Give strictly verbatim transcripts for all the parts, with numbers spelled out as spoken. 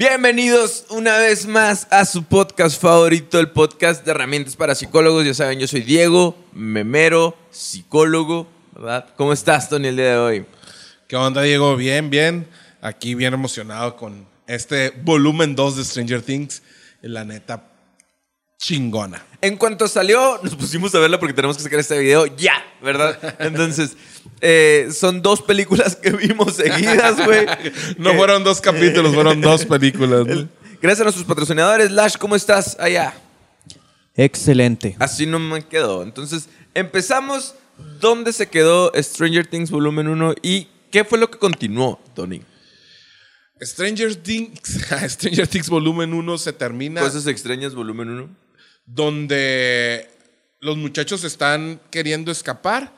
Bienvenidos una vez más a su podcast favorito, el podcast de herramientas para psicólogos. Ya saben, yo soy Diego, memero, psicólogo, ¿verdad? ¿Cómo estás, Tony, el día de hoy? ¿Qué onda, Diego? Bien, bien. Aquí bien emocionado con este volumen dos de Stranger Things. La neta, chingona. En cuanto salió, nos pusimos a verla porque tenemos que sacar este video ya, ¿verdad? Entonces, eh, son dos películas que vimos seguidas, güey. No eh, fueron dos capítulos, fueron dos películas, ¿no? el, gracias a nuestros patrocinadores. Lash, ¿cómo estás allá? Excelente. Así no me quedó. Entonces, empezamos. ¿Dónde se quedó Stranger Things volumen uno? ¿Y qué fue lo que continuó, Tony? Stranger Things, Stranger Things volumen uno se termina Cosas extrañas, volumen uno. donde los muchachos están queriendo escapar,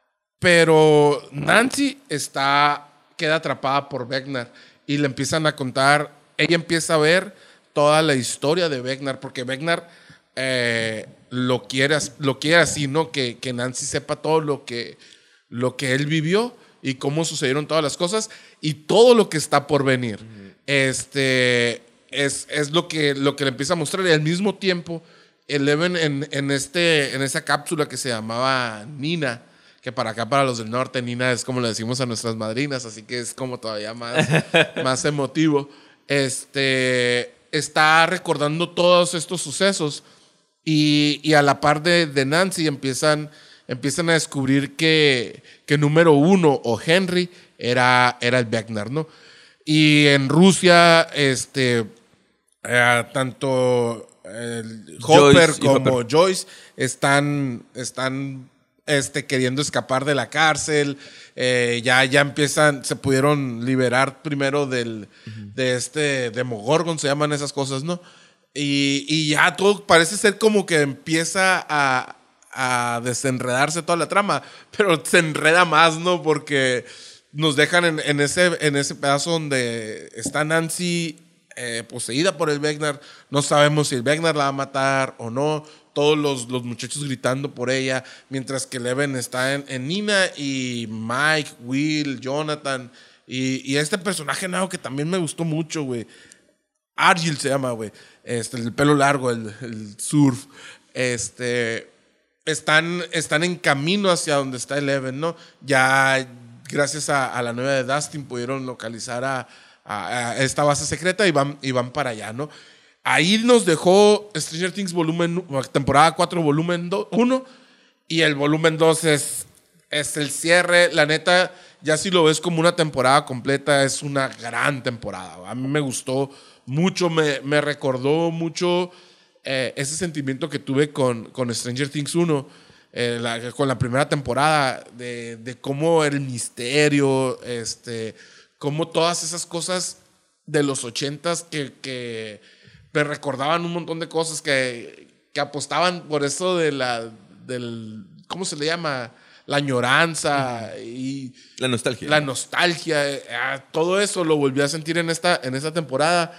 pero Nancy está, queda atrapada por Vecna y le empiezan a contar, ella empieza a ver toda la historia de Vecna, porque Vecna eh, lo, quiere, lo quiere así, ¿no? Que, que Nancy sepa todo lo que, lo que él vivió y cómo sucedieron todas las cosas y todo lo que está por venir. Uh-huh. Este, es, es lo, que, lo que le empieza a mostrar y al mismo tiempo Eleven en, en, este, en esa cápsula que se llamaba Nina, que para acá, para los del norte, Nina es como le decimos a nuestras madrinas, así que es como todavía más, más emotivo. Este, está recordando todos estos sucesos y, y a la par de, de Nancy empiezan, empiezan a descubrir que, que número uno o Henry era, era el Vecna, ¿no? Y en Rusia, este, eh, tanto el Hopper Joyce como Hopper. Joyce están, están este, queriendo escapar de la cárcel. Eh, ya, ya empiezan, se pudieron liberar primero del, uh-huh. de este Demogorgon, se llaman esas cosas, ¿no? Y, y ya todo parece ser como que empieza a, a desenredarse toda la trama, pero se enreda más, ¿no? Porque nos dejan en, en, ese, en ese pedazo donde está Nancy eh, poseída por el Vecna. No sabemos si el Vecna la va a matar o no. Todos los, los muchachos gritando por ella, mientras que Eleven está en, en Nina y Mike, Will, Jonathan y, y este personaje nuevo que también me gustó mucho, güey. Argyll se llama, güey. Este, el pelo largo, el, el surf. Este, están, están en camino hacia donde está Eleven, ¿no? Ya gracias a, a la nueva de Dustin pudieron localizar a, a, a esta base secreta y van, y van para allá, ¿no? Ahí nos dejó Stranger Things volumen, temporada cuatro, volumen uno, y el volumen dos es, es el cierre. La neta, ya si lo ves como una temporada completa, es una gran temporada. A mí me gustó mucho, me, me recordó mucho eh, ese sentimiento que tuve con, con Stranger Things uno, eh, la, con la primera temporada, de, de cómo el misterio, este, cómo todas esas cosas de los ochentas que... que me recordaban un montón de cosas que, que apostaban por eso de la, del, ¿cómo se le llama? La añoranza y... La nostalgia. La nostalgia. Eh, todo eso lo volví a sentir en esta, en esta temporada.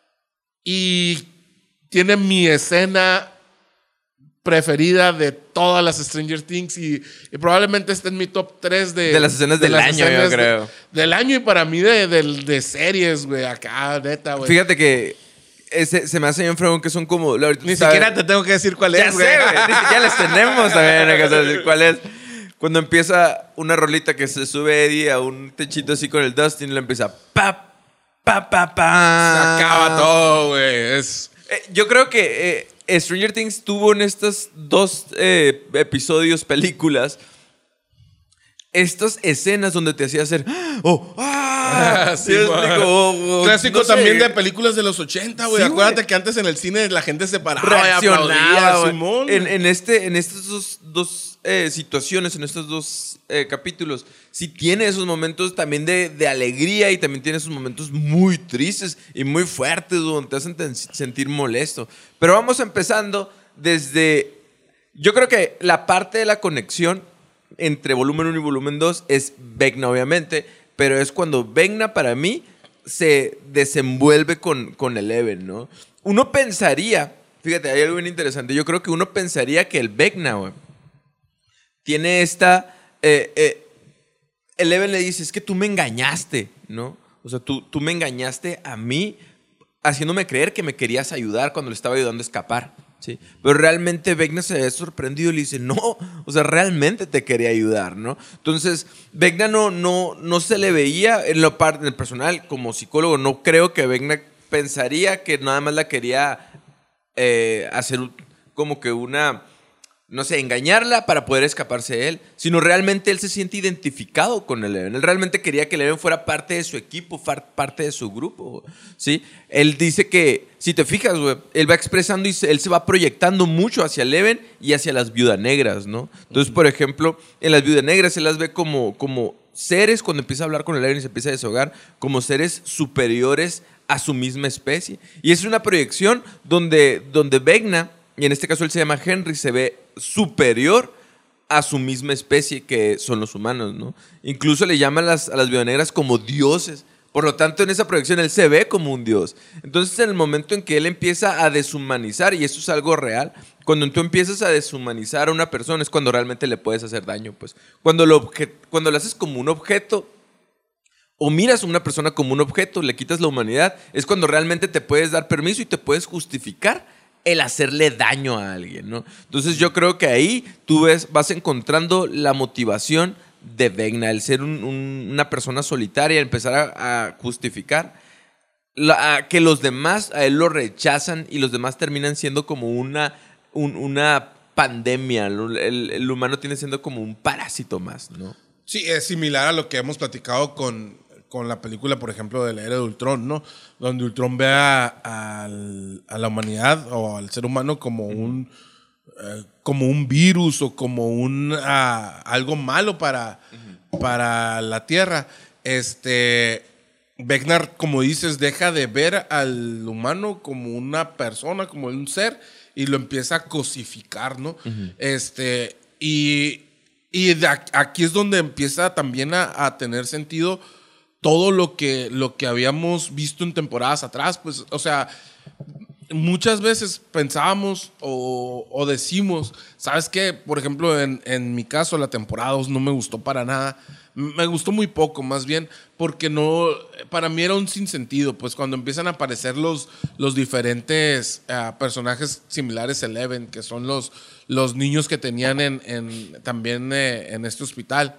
Y tiene mi escena preferida de todas las Stranger Things y, y probablemente esté en mi top tres de... De las escenas de del las año, escenas yo creo. De, del año y para mí de, de, de series, güey. Acá, neta, güey. Fíjate que... Ese, se me hace bien fregón que son como... Ni siquiera te tengo que decir cuál ya es, güey. Sé, güey. Ni siquiera les tenemos también que decir cuál es. Cuando empieza una rolita que se sube Eddie a un techito así con el Dustin, le empieza... Pa, pa, pa, pa. Se acaba todo, güey. Es... Eh, yo creo que eh, Stranger Things tuvo en estos dos eh, episodios, películas, estas escenas donde te hacía hacer... ¡Oh! ¡Ah! Sí, Dios, digo, oh, oh, clásico no también sé. de películas de los ochenta, güey. Sí, acuérdate güey. que antes en el cine la gente se paraba Reaccionaba, y aplaudía, en, en, este, en estas dos, dos eh, situaciones, en estos dos eh, capítulos, sí tiene esos momentos también de, de alegría y también tiene esos momentos muy tristes y muy fuertes donde te hacen ten- sentir molesto. Pero vamos empezando desde... Yo creo que la parte de la conexión entre volumen uno y volumen dos es Vecna, obviamente, pero es cuando Vecna para mí se desenvuelve con, con Eleven, ¿no? Uno pensaría, fíjate, hay algo bien interesante, yo creo que uno pensaría que el Vecna, güey, tiene esta... Eh, eh, Eleven le dice, es que tú me engañaste, ¿no? O sea, tú, tú me engañaste a mí haciéndome creer que me querías ayudar cuando le estaba ayudando a escapar. Sí, pero realmente Vecna se ve sorprendido y le dice, no, o sea, realmente te quería ayudar, ¿no? Entonces, Vecna no, no, no se le veía en lo parte del personal como psicólogo, no creo que Vecna pensaría que nada más la quería eh, hacer como que una, no sé, engañarla para poder escaparse de él, sino realmente él se siente identificado con Eleven. Él realmente quería que Eleven fuera parte de su equipo, parte de su grupo, ¿sí? Él dice que, si te fijas, güey, él va expresando y se, él se va proyectando mucho hacia Eleven y hacia las Viudas Negras, ¿no? Entonces, por ejemplo, en las Viudas Negras él las ve como, como seres, cuando empieza a hablar con Eleven y se empieza a desahogar, como seres superiores a su misma especie. Y es una proyección donde, donde Vecna, y en este caso él se llama Henry, se ve superior a su misma especie que son los humanos, ¿no? Incluso le llaman las, a las Viudas Negras como dioses. Por lo tanto, en esa proyección él se ve como un dios. Entonces, en el momento en que él empieza a deshumanizar, y eso es algo real, cuando tú empiezas a deshumanizar a una persona es cuando realmente le puedes hacer daño, pues. Cuando lo, obje- cuando lo haces como un objeto, o miras a una persona como un objeto, le quitas la humanidad, es cuando realmente te puedes dar permiso y te puedes justificar el hacerle daño a alguien, ¿no? Entonces yo creo que ahí tú ves, vas encontrando la motivación de Vecna, el ser un, un, una persona solitaria, empezar a, a justificar la, a que los demás a él lo rechazan y los demás terminan siendo como una, un, una pandemia. El, el, el humano tiene siendo como un parásito más, ¿no? Sí, es similar a lo que hemos platicado con, con la película, por ejemplo, de la era de Ultron, ¿no? Donde Ultron ve a, a, a la humanidad o al ser humano como un, uh, como un virus o como un, uh, algo malo para, uh-huh. para la Tierra. Este, Vecna, como dices, deja de ver al humano como una persona, como un ser, y lo empieza a cosificar, ¿no? Uh-huh. Este, y, y de aquí es donde empieza también a, a tener sentido todo lo que, lo que habíamos visto en temporadas atrás. Pues, o sea, muchas veces pensábamos o, o decimos, ¿sabes qué? Por ejemplo, en, en mi caso, la temporada dos no me gustó para nada. Me gustó muy poco, más bien, porque no, para mí era un sinsentido. Pues cuando empiezan a aparecer los, los diferentes uh, personajes similares a Eleven, que son los, los niños que tenían en, en, también eh, en este hospital.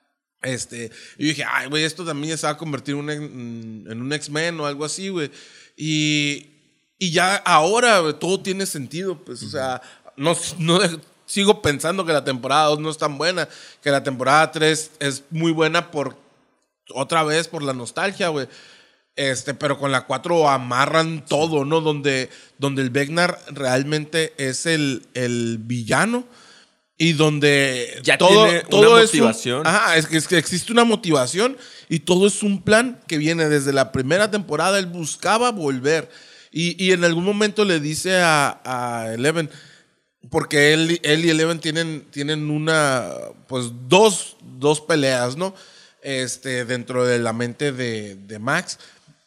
Este, y yo dije, ay, güey, esto también ya se va a convertir en un, en un X-Men o algo así, güey. Y, y ya ahora, güey, todo tiene sentido, pues, uh-huh. O sea, no, no sigo pensando que la temporada dos no es tan buena, que la temporada tres es muy buena por, otra vez, por la nostalgia, güey. Este, pero con la cuatro amarran todo, ¿no? Donde, donde el Vecna realmente es el, el villano. Y donde ya todo, tiene todo una es motivación. Un, ajá, es que, es que existe una motivación y todo es un plan que viene desde la primera temporada. Él buscaba volver y, y en algún momento le dice a, a Eleven, porque él, él y Eleven tienen, tienen una, pues dos, dos peleas, ¿no? Este, dentro de la mente de, de Max.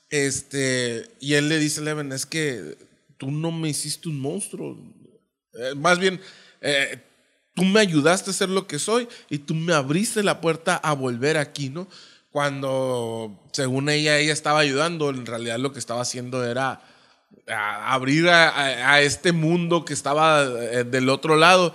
Este, y él le dice a Eleven, es que tú no me hiciste un monstruo. Eh, más bien, eh, tú me ayudaste a ser lo que soy y tú me abriste la puerta a volver aquí, ¿no? Cuando, según ella, ella estaba ayudando, en realidad lo que estaba haciendo era a abrir a, a, a este mundo que estaba del otro lado.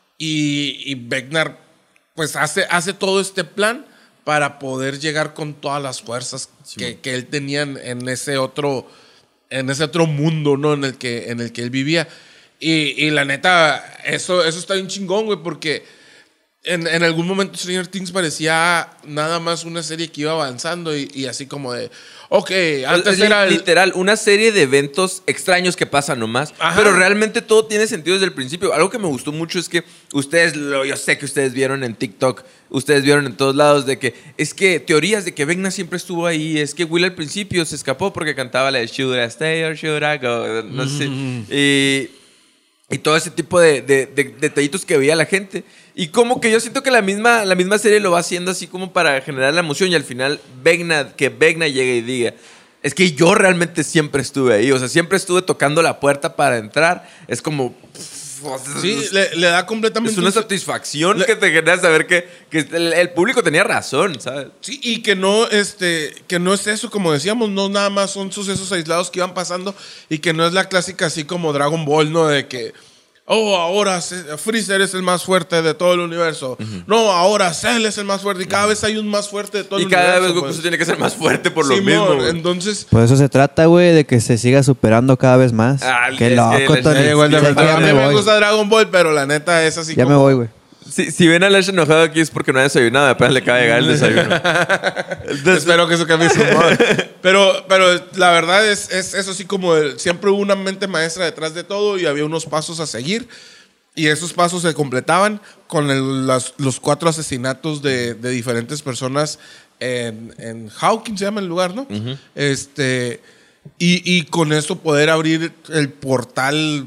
Y, y Vecna, pues, hace, hace todo este plan para poder llegar con todas las fuerzas sí. que, que él tenía en, en, ese otro, en ese otro mundo, ¿no? En el que, en el que él vivía. Y, y la neta, eso, eso está bien chingón, güey, porque en, en algún momento Stranger Things parecía nada más una serie que iba avanzando y, y así como de, ok, antes es, era... El... Literal, una serie de eventos extraños que pasan nomás, Ajá. pero realmente todo tiene sentido desde el principio. Algo que me gustó mucho es que ustedes, lo, yo sé que ustedes vieron en TikTok, ustedes vieron en todos lados de que es que teorías de que Vecna siempre estuvo ahí, es que Will al principio se escapó porque cantaba la de Should I Stay or Should I Go, no sé, mm. y... Y todo ese tipo de, de, de detallitos que veía la gente. Y como que yo siento que la misma, la misma serie lo va haciendo así como para generar la emoción. Y al final, Vecna, que Vecna llegue y diga, es que yo realmente siempre estuve ahí. O sea, siempre estuve tocando la puerta para entrar. Es como, pff, Sí, le, le da completamente... Es una un- satisfacción le- que te genera saber que, que el, el público tenía razón, ¿sabes? Sí, y que no, este, que no es eso, como decíamos, no nada más son sucesos aislados que iban pasando y que no es la clásica así como Dragon Ball, ¿no? De que, oh, ahora Freezer es el más fuerte de todo el universo. Uh-huh. No, ahora Cell es el más fuerte y cada uh-huh. vez hay un más fuerte de todo y el universo. Y cada vez Goku pues. se tiene que ser más fuerte por lo sí, mismo. Mon, entonces... Por eso se trata, güey, de que se siga superando cada vez más. Ah, Qué loco, que Tony. Igual de Sé que ya a mí me me voy. gusta Dragon Ball, pero la neta es así Ya como... me voy, güey. Si, si ven a Lash enojado aquí es porque no ha desayunado, apenas le acaba de llegar el desayuno. Entonces, espero que eso cambie su humor. Pero, pero la verdad es, es eso sí como el, siempre hubo una mente maestra detrás de todo y había unos pasos a seguir. Y esos pasos se completaban con el, las, los cuatro asesinatos de, de diferentes personas en, en Hawkins, se llama el lugar, ¿no? Uh-huh. Este, y, y con eso poder abrir el portal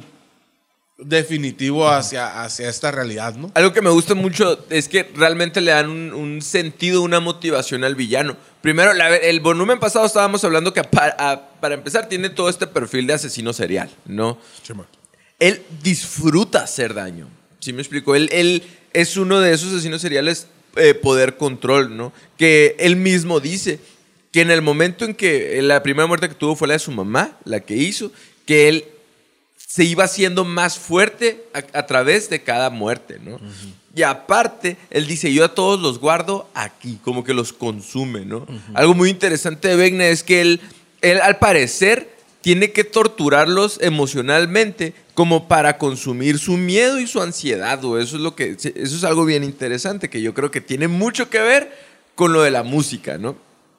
definitivo hacia, hacia esta realidad, ¿no? Algo que me gusta mucho es que realmente le dan un, un sentido, una motivación al villano. Primero, la, el volumen pasado estábamos hablando que para, a, para empezar tiene todo este perfil de asesino serial, ¿no? Sí, man. Él disfruta hacer daño. ¿Sí me explico? Él, él es uno de esos asesinos seriales eh, poder control, ¿no? Que él mismo dice que en el momento en que la primera muerte que tuvo fue la de su mamá, la que hizo, que él se iba haciendo más fuerte a, a través de cada muerte, ¿no? Uh-huh. Y aparte, él dice, yo a todos los guardo aquí, como que los consume, ¿no? Uh-huh. Algo muy interesante de Vecna es que él, él al parecer tiene que torturarlos emocionalmente como para consumir su miedo y su ansiedad, o eso es lo que eso es algo bien interesante que yo creo que tiene mucho que ver con lo de la música, ¿no?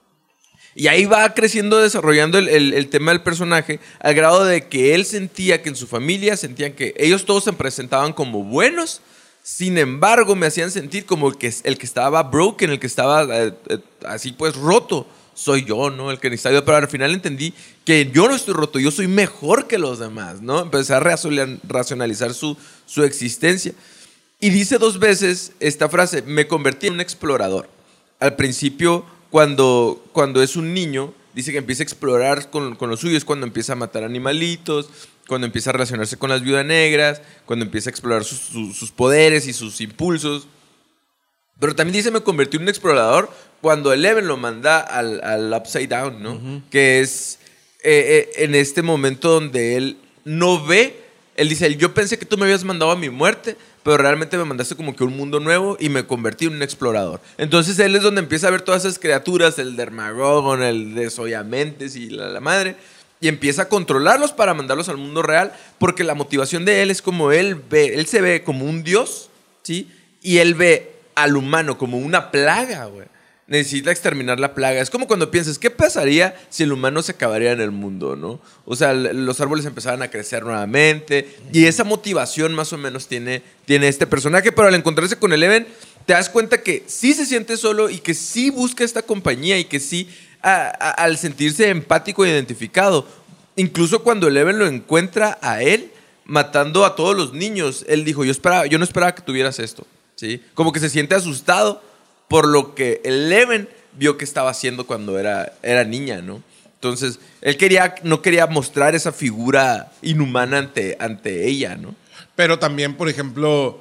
Y ahí va creciendo, desarrollando el, el, el tema del personaje al grado de que él sentía que en su familia sentían que ellos todos se presentaban como buenos, sin embargo me hacían sentir como el que, el que estaba broken, el que estaba eh, eh, así pues roto. Soy yo, ¿no? El que necesita ayuda. Pero al final entendí que yo no estoy roto, yo soy mejor que los demás, ¿no? Empecé a racionalizar su, su existencia. Y dice dos veces esta frase, me convertí en un explorador. Al principio, cuando, cuando es un niño, dice que empieza a explorar con, con lo suyo, es cuando empieza a matar animalitos, cuando empieza a relacionarse con las viudas negras, cuando empieza a explorar sus, sus, sus poderes y sus impulsos. Pero también dice, me convertí en un explorador cuando Eleven lo manda al, al Upside Down, ¿no? Uh-huh. Que es eh, eh, en este momento donde él no ve, él dice, yo pensé que tú me habías mandado a mi muerte, pero realmente me mandaste como que un mundo nuevo y me convertí en un explorador. Entonces él es donde empieza a ver todas esas criaturas, el Dermagogon, el de Soyamentes y la, la madre, y empieza a controlarlos para mandarlos al mundo real, porque la motivación de él es como él ve, él se ve como un dios, ¿sí? Y él ve al humano como una plaga, güey. Necesita exterminar la plaga. Es como cuando piensas, ¿qué pasaría si el humano se acabaría en el mundo, no? O sea, los árboles empezaran a crecer nuevamente. Y esa motivación más o menos tiene, tiene este personaje. Pero al encontrarse con Eleven, te das cuenta que sí se siente solo y que sí busca esta compañía y que sí, a, a, al sentirse empático e identificado, incluso cuando Eleven lo encuentra a él matando a todos los niños, él dijo, yo, esperaba, yo no esperaba que tuvieras esto. ¿Sí? Como que se siente asustado por lo que Eleven vio que estaba haciendo cuando era, era niña, ¿no? Entonces, él quería, no quería mostrar esa figura inhumana ante, ante ella, ¿no? Pero también, por ejemplo,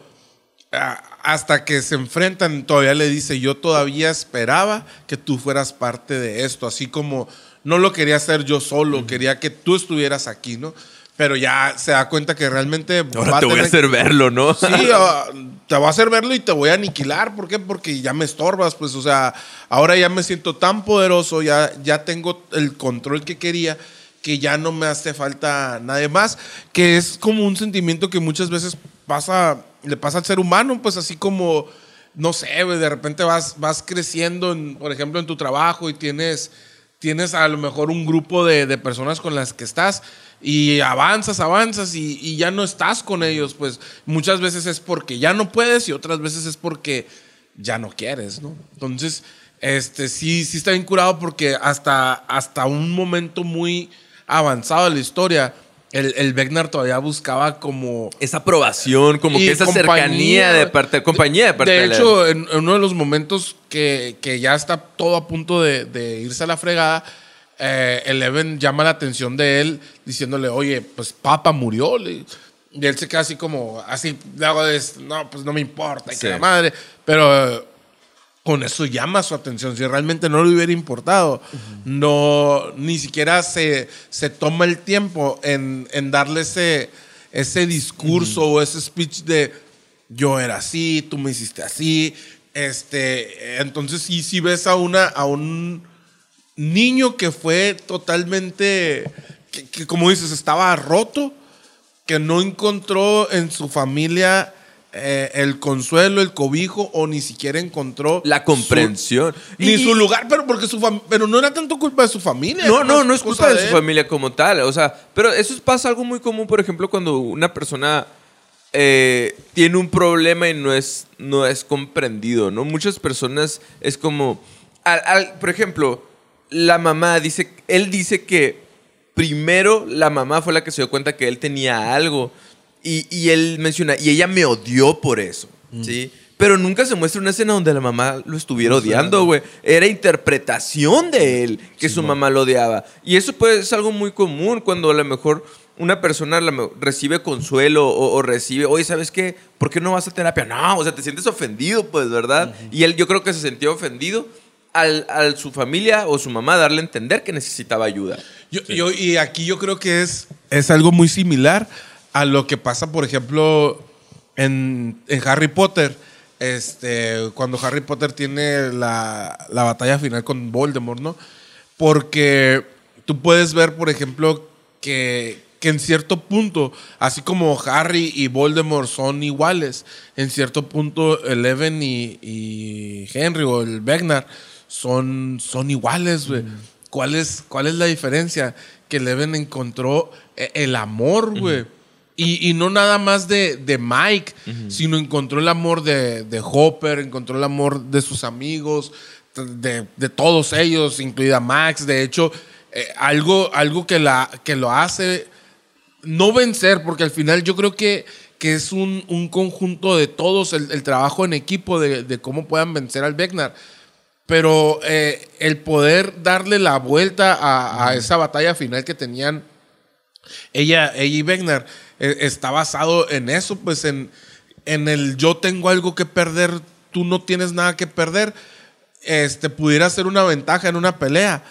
hasta que se enfrentan, todavía le dice, yo todavía esperaba que tú fueras parte de esto, así como no lo quería hacer yo solo, uh-huh. quería que tú estuvieras aquí, ¿no? Pero ya se da cuenta que realmente... Ahora te voy a hacer verlo, ¿no? Sí, uh, te voy a hacer verlo y te voy a aniquilar. ¿Por qué? Porque ya me estorbas, pues, o sea, ahora ya me siento tan poderoso, ya, ya tengo el control que quería, que ya no me hace falta nada más, que es como un sentimiento que muchas veces pasa, le pasa al ser humano, pues así como, no sé, de repente vas, vas creciendo, en, por ejemplo, en tu trabajo y tienes, tienes a lo mejor un grupo de, de personas con las que estás y avanzas, avanzas y, y ya no estás con ellos, pues muchas veces es porque ya no puedes y otras veces es porque ya no quieres, ¿no? Entonces, este, sí, sí está bien curado porque hasta, hasta un momento muy avanzado de la historia, el, el Vecna todavía buscaba como... esa aprobación, como que esa cercanía de parte, compañía de parte de de la... hecho, en, en uno de los momentos que, que ya está todo a punto de, de irse a la fregada, eh, Eleven llama la atención de él diciéndole, oye, pues Papa murió. Le, Y él se queda así como, así, luego es, no, pues no me importa, y Sí. que la madre. Pero eh, con eso llama su atención. Si realmente no le hubiera importado, uh-huh. no, ni siquiera se, se toma el tiempo en, en darle ese, ese discurso uh-huh. o ese speech de yo era así, tú me hiciste así. Este, entonces sí, sí ves a, una, a un niño que fue totalmente, que, que como dices, estaba roto, que no encontró en su familia eh, el consuelo, el cobijo, o ni siquiera encontró la comprensión. Su, ni y, su lugar, pero porque su fam- pero no era tanto culpa de su familia. No, no, no es culpa de, de su él. familia como tal. O sea, pero eso pasa algo muy común, por ejemplo, cuando una persona eh, tiene un problema y no es, no es comprendido, ¿no? Muchas personas es como, al, al, por ejemplo, la mamá dice, él dice que primero la mamá fue la que se dio cuenta que él tenía algo y, y él menciona, y ella me odió por eso, mm. ¿sí? Pero nunca se muestra una escena donde la mamá lo estuviera odiando, güey. Era interpretación de él que sí, su mamá lo odiaba. Y eso pues, es algo muy común cuando a lo mejor una persona la, recibe consuelo o, o recibe, oye, ¿sabes qué? ¿Por qué no vas a terapia? No, o sea, te sientes ofendido, pues, ¿verdad? Uh-huh. Y él yo creo que se sentía ofendido al, al su familia o su mamá darle a entender que necesitaba ayuda. Yo, sí. yo, y aquí yo creo que es, es algo muy similar a lo que pasa, por ejemplo, en, en Harry Potter. Este, cuando Harry Potter tiene la, la batalla final con Voldemort, ¿no? Porque tú puedes ver, por ejemplo, que, que en cierto punto, así como Harry y Voldemort son iguales, en cierto punto Eleven y, y Henry o el Vecna son, son iguales, güey. Mm. ¿Cuál es, ¿Cuál es la diferencia? Que Eleven encontró el amor, güey. Uh-huh. Y, y no nada más de, de Mike, uh-huh. sino encontró el amor de, de Hopper, encontró el amor de sus amigos, de, de todos ellos, incluida Max. De hecho, eh, algo, algo que, la, que lo hace no vencer, porque al final yo creo que, que es un, un conjunto de todos, el, el trabajo en equipo de, de cómo puedan vencer al Vecna. Pero eh, el poder darle la vuelta a, a esa batalla final que tenían ella, ella y Vecna eh, está basado en eso, pues en, en el yo tengo algo que perder, tú no tienes nada que perder. Este, pudiera ser una ventaja en una pelea,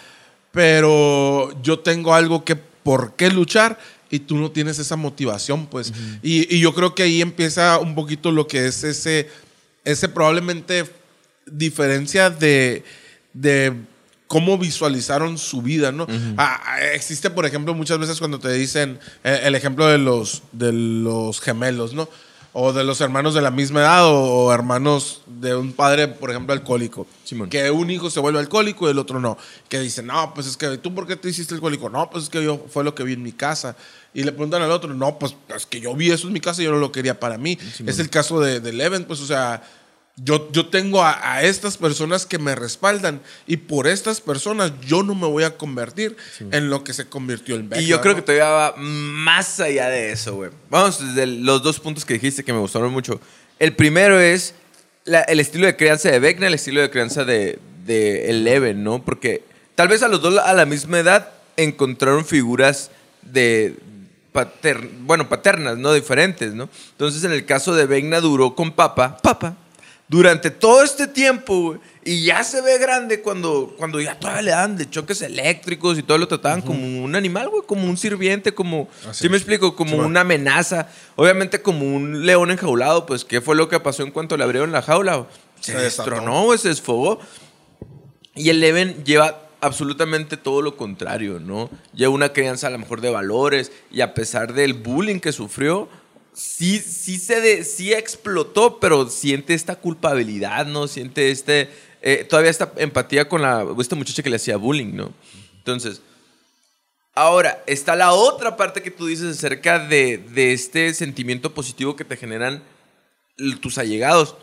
pero yo tengo algo que por qué luchar y tú no tienes esa motivación, pues. Uh-huh. Y, y yo creo que ahí empieza un poquito lo que es ese, ese probablemente diferencia de, de cómo visualizaron su vida, ¿no? Uh-huh. Ah, existe, por ejemplo, muchas veces cuando te dicen eh, el ejemplo de los, de los gemelos, ¿no? O de los hermanos de la misma edad o, o hermanos de un padre, por ejemplo, alcohólico. Simón. Que un hijo se vuelve alcohólico y el otro no. Que dicen, no, pues es que tú, ¿por qué te hiciste alcohólico? No, pues es que yo fue lo que vi en mi casa. Y le preguntan al otro, no, pues es que yo vi eso en mi casa y yo no lo quería para mí. Simón. Es el caso de, de Eleven, pues, o sea, yo, yo tengo a, a estas personas que me respaldan y por estas personas yo no me voy a convertir sí. en lo que se convirtió en Vecna. Y yo creo ¿no? que todavía va más allá de eso, güey. Vamos desde los dos puntos que dijiste que me gustaron mucho. El primero es la, el estilo de crianza de Vecna, el estilo de crianza de, de Eleven, ¿no? Porque tal vez a los dos a la misma edad encontraron figuras de pater, bueno, paternas, ¿no? Diferentes, ¿no? Entonces en el caso de Vecna duró con Papa, Papa, durante todo este tiempo, güey, y ya se ve grande cuando, cuando ya todavía le dan de choques eléctricos y todo lo trataban uh-huh. como un animal, güey, como un sirviente, como, ¿sí me explico? Como sí, una amenaza. Obviamente como un león enjaulado, pues, ¿qué fue lo que pasó en cuanto le abrieron la jaula? Se, se destronó, güey, se desfogó. Y el Eleven lleva absolutamente todo lo contrario, ¿no? Lleva una crianza a lo mejor de valores y a pesar del bullying que sufrió, Sí, sí, se de, sí explotó, pero siente esta culpabilidad, ¿no? Siente este, eh, todavía esta empatía con la, esta muchacha que le hacía bullying, ¿no? Entonces, ahora, está la otra parte que tú dices acerca de, de este sentimiento positivo que te generan tus allegados.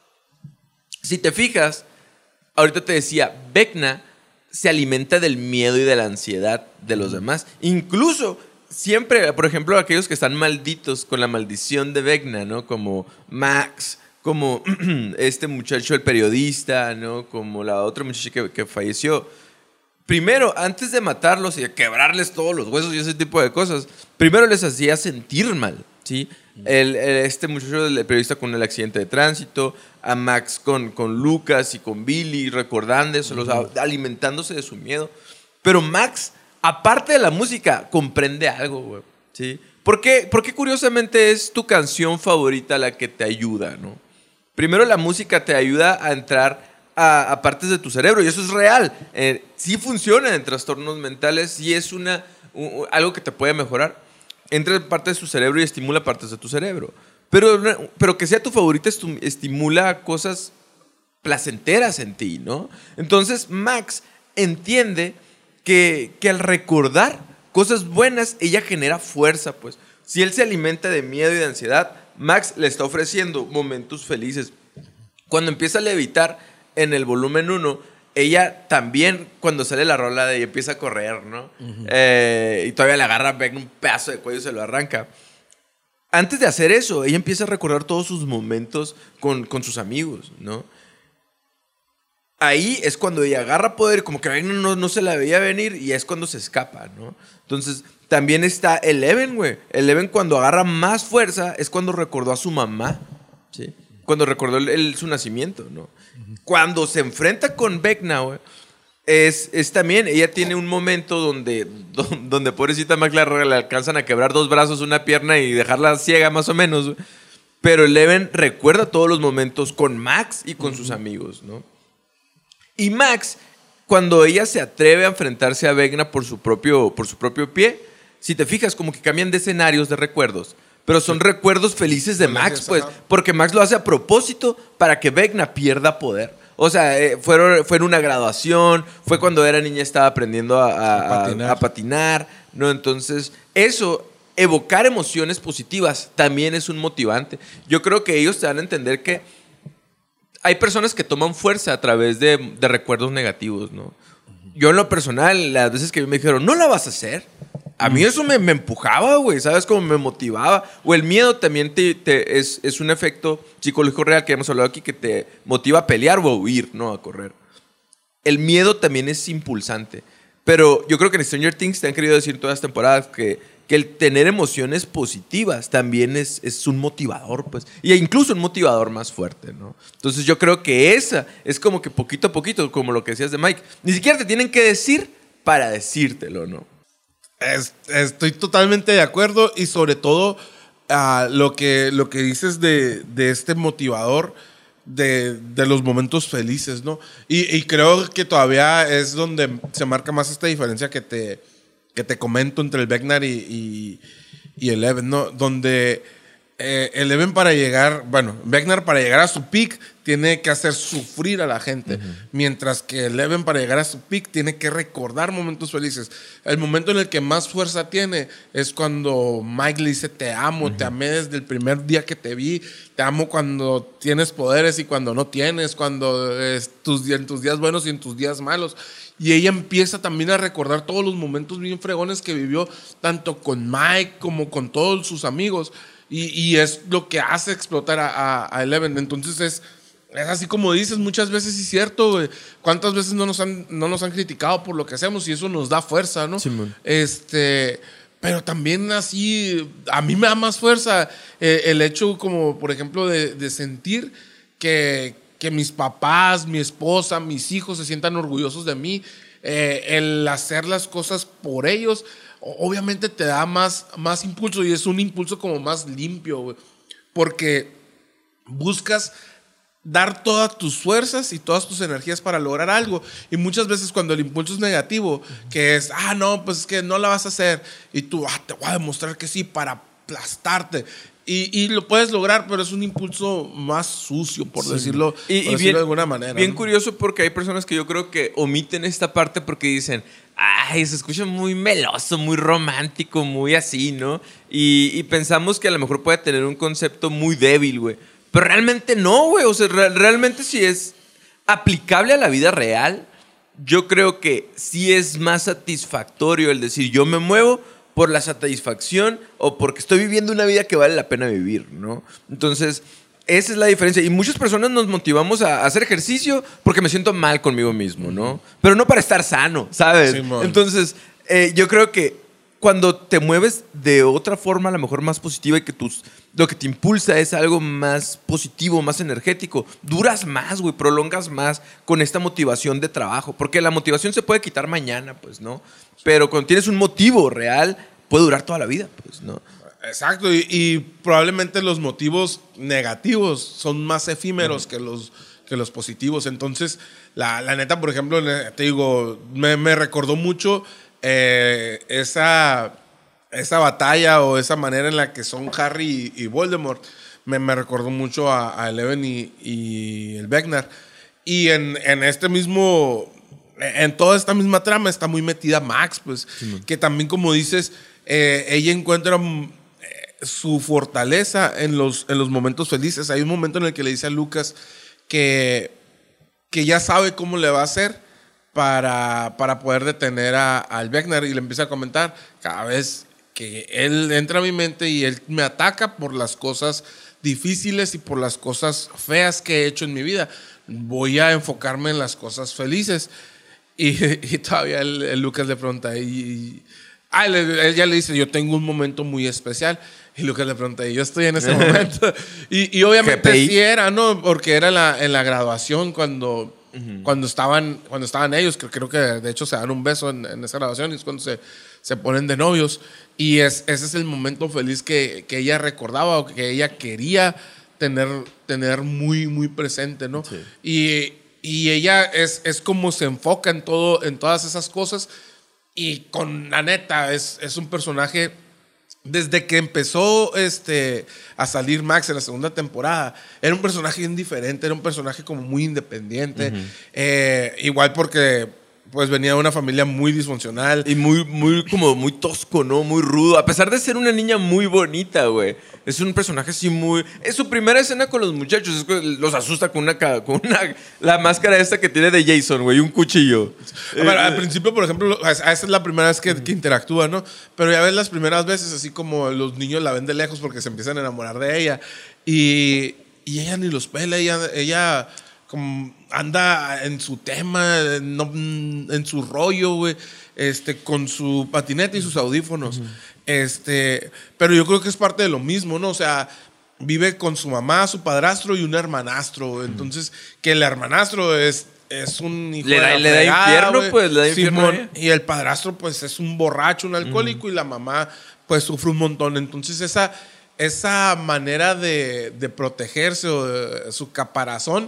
Si te fijas, ahorita te decía, Vecna se alimenta del miedo y de la ansiedad de los demás. Incluso siempre, por ejemplo, aquellos que están malditos con la maldición de Vecna, ¿no? Como Max, como este muchacho, el periodista, ¿no? Como la otra muchacha que, que falleció. Primero, antes de matarlos y de quebrarles todos los huesos y ese tipo de cosas, primero les hacía sentir mal. ¿sí? El, el- este muchacho, el periodista con el accidente de tránsito, a Max con, con Lucas y con Billy, recordando eso, los, alimentándose de su miedo. Pero Max, aparte de la música, comprende algo, güey, ¿sí? ¿Por qué, por qué curiosamente es tu canción favorita la que te ayuda, ¿no? Primero, la música te ayuda a entrar a, a partes de tu cerebro, y eso es real. Eh, sí funciona en trastornos mentales, sí es una, u- algo que te puede mejorar. Entra en partes de tu cerebro y estimula partes de tu cerebro. Pero, pero que sea tu favorita estu- estimula cosas placenteras en ti, ¿no? Entonces, Max entiende que, que al recordar cosas buenas, ella genera fuerza, pues. Si él se alimenta de miedo y de ansiedad, Max le está ofreciendo momentos felices. Cuando empieza a levitar en el volumen uno, ella también, cuando sale la rola de ella, empieza a correr, ¿no? Uh-huh. Eh, y todavía le agarra a Beck un pedazo de cuello y se lo arranca. Antes de hacer eso, ella empieza a recordar todos sus momentos con, con sus amigos, ¿no? Ahí es cuando ella agarra poder, como que Beck no, no se la veía venir, y es cuando se escapa, ¿no? Entonces, también está Eleven, güey. Eleven, cuando agarra más fuerza, es cuando recordó a su mamá, ¿sí? Cuando recordó el, el, su nacimiento, ¿no? Uh-huh. Cuando se enfrenta con Vecna, güey, es, es también, ella tiene un momento donde, donde pobrecita Max le, le alcanzan a quebrar dos brazos, una pierna y dejarla ciega más o menos, güey. Pero Eleven recuerda todos los momentos con Max y con uh-huh. sus amigos, ¿no? Y Max, cuando ella se atreve a enfrentarse a Vecna por su propio, por su propio pie, si te fijas, como que cambian de escenarios, de recuerdos. Pero son sí. recuerdos felices de Max, pues. Porque Max lo hace a propósito para que Vecna pierda poder. O sea, eh, fue, fue en una graduación, fue cuando era niña, estaba aprendiendo a, a, a, patinar. a patinar, ¿no? Entonces, eso, evocar emociones positivas, también es un motivante. Yo creo que ellos te van a entender que hay personas que toman fuerza a través de, de recuerdos negativos, ¿no? Yo en lo personal, las veces que me dijeron, no la vas a hacer, a mí eso me, me empujaba, güey, ¿sabes? Como me motivaba. O el miedo también te, te, es, es un efecto psicológico real que hemos hablado aquí, que te motiva a pelear o a huir, no a correr. El miedo también es impulsante. Pero yo creo que en Stranger Things te han querido decir todas las temporadas que, que el tener emociones positivas también es, es un motivador, pues. Y incluso un motivador más fuerte, ¿no? Entonces yo creo que esa es como que poquito a poquito, como lo que decías de Mike. Ni siquiera te tienen que decir para decírtelo, ¿no? Es, estoy totalmente de acuerdo, y sobre todo uh, lo, que, lo que dices de, de este motivador de, de los momentos felices, ¿no? Y, y creo que todavía es donde se marca más esta diferencia que te, que te comento entre el Vecna y, y, y Eleven, ¿no? Donde eh, Eleven para llegar, bueno, Vecna para llegar a su peak tiene que hacer sufrir a la gente, uh-huh. mientras que Eleven para llegar a su peak tiene que recordar momentos felices. El momento en el que más fuerza tiene es cuando Mike le dice te amo, uh-huh. te amé desde el primer día que te vi, te amo cuando tienes poderes y cuando no tienes, cuando es tus, en tus días buenos y en tus días malos. Y ella empieza también a recordar todos los momentos bien fregones que vivió, tanto con Mike como con todos sus amigos, y, y es lo que hace explotar a, a, a Eleven. Entonces es Es así como dices, muchas veces sí es cierto, güey. ¿Cuántas veces no nos han, no nos han criticado por lo que hacemos? Y eso nos da fuerza, ¿no? Sí, este, pero también así, a mí me da más fuerza eh, el hecho, como por ejemplo, de, de sentir que, que mis papás, mi esposa, mis hijos se sientan orgullosos de mí. Eh, el hacer las cosas por ellos, obviamente te da más, más impulso, y es un impulso como más limpio, güey. Porque buscas dar todas tus fuerzas y todas tus energías para lograr algo. Y muchas veces cuando el impulso es negativo, que es, ah, no, pues es que no la vas a hacer, y tú, ah, te voy a demostrar que sí para aplastarte. Y, y lo puedes lograr, pero es un impulso más sucio, por sí. decirlo, y, por y decirlo bien, de alguna manera. Bien ¿no? curioso, porque hay personas que yo creo que omiten esta parte porque dicen, ay, se escucha muy meloso, muy romántico, muy así, ¿no? Y, y pensamos que a lo mejor puede tener un concepto muy débil, güey. Pero realmente no, güey. O sea, re- realmente si es aplicable a la vida real, yo creo que sí es más satisfactorio el decir yo me muevo por la satisfacción o porque estoy viviendo una vida que vale la pena vivir, ¿no? Entonces, esa es la diferencia. Y muchas personas nos motivamos a hacer ejercicio porque me siento mal conmigo mismo, ¿no? Pero no para estar sano, ¿sabes? Sí, Entonces, eh, yo creo que cuando te mueves de otra forma, a lo mejor más positiva, y que tus, lo que te impulsa es algo más positivo, más energético, duras más, güey, prolongas más con esta motivación de trabajo. Porque la motivación se puede quitar mañana, pues, ¿no? Pero cuando tienes un motivo real, puede durar toda la vida, pues, ¿no? Exacto, y, y probablemente los motivos negativos son más efímeros uh-huh. que los, que los positivos. Entonces, la, la neta, por ejemplo, te digo, me, me recordó mucho eh, esa, esa batalla o esa manera en la que son Harry y, y Voldemort. Me, me recordó mucho a, a Eleven y, y el Vecna. Y en, en este mismo, en toda esta misma trama está muy metida Max, pues, sí, que también, como dices, eh, ella encuentra su fortaleza en los, en los momentos felices. Hay un momento en el que le dice a Lucas que, que ya sabe cómo le va a hacer para, para poder detener a, al Vecna, y le empieza a comentar: cada vez que él entra a mi mente y él me ataca por las cosas difíciles y por las cosas feas que he hecho en mi vida, voy a enfocarme en las cosas felices. Y, y todavía el, el Lucas le pregunta, y, y ah, él, él ya le dice: yo tengo un momento muy especial. Y Lucas le pregunta: y yo estoy en ese momento. y, y obviamente G P I. Sí era, ¿no? Porque era la, en la graduación cuando, uh-huh. cuando, estaban, cuando estaban ellos, que creo que de hecho se dan un beso en, en esa graduación, y es cuando se, se ponen de novios. Y es, ese es el momento feliz que, que ella recordaba, o que ella quería tener, tener muy, muy presente, ¿no? Sí. Y, y ella es, es como se enfoca en, todo, en todas esas cosas. Y con la neta, es, es un personaje. Desde que empezó este, a salir Max en la segunda temporada, era un personaje bien diferente, era un personaje como muy independiente. Uh-huh. eh, igual porque pues venía de una familia muy disfuncional. Y muy, muy, como muy tosco, ¿no? Muy rudo. A pesar de ser una niña muy bonita, güey. Es un personaje así muy... Es su primera escena con los muchachos. Es que los asusta con una... Con una la máscara esta que tiene de Jason, güey. Un cuchillo. Bueno, eh, al principio, por ejemplo, esa es la primera vez que, uh-huh. que interactúa, ¿no? Pero ya ves las primeras veces así como los niños la ven de lejos porque se empiezan a enamorar de ella. Y, y ella ni los pela. Ella... ella como anda en su tema, no, en su rollo, güey, este, con su patineta y sus audífonos. Uh-huh. Este, pero yo creo que es parte de lo mismo, ¿no? O sea, vive con su mamá, su padrastro y un hermanastro. Entonces, uh-huh. que el hermanastro es, es un hijo le da, de la le da infierno, wey. Pues, le da Simón, infierno. Y el padrastro, pues, es un borracho, un alcohólico, uh-huh. y la mamá, pues, sufre un montón. Entonces, esa, esa manera de, de protegerse, o de, su caparazón,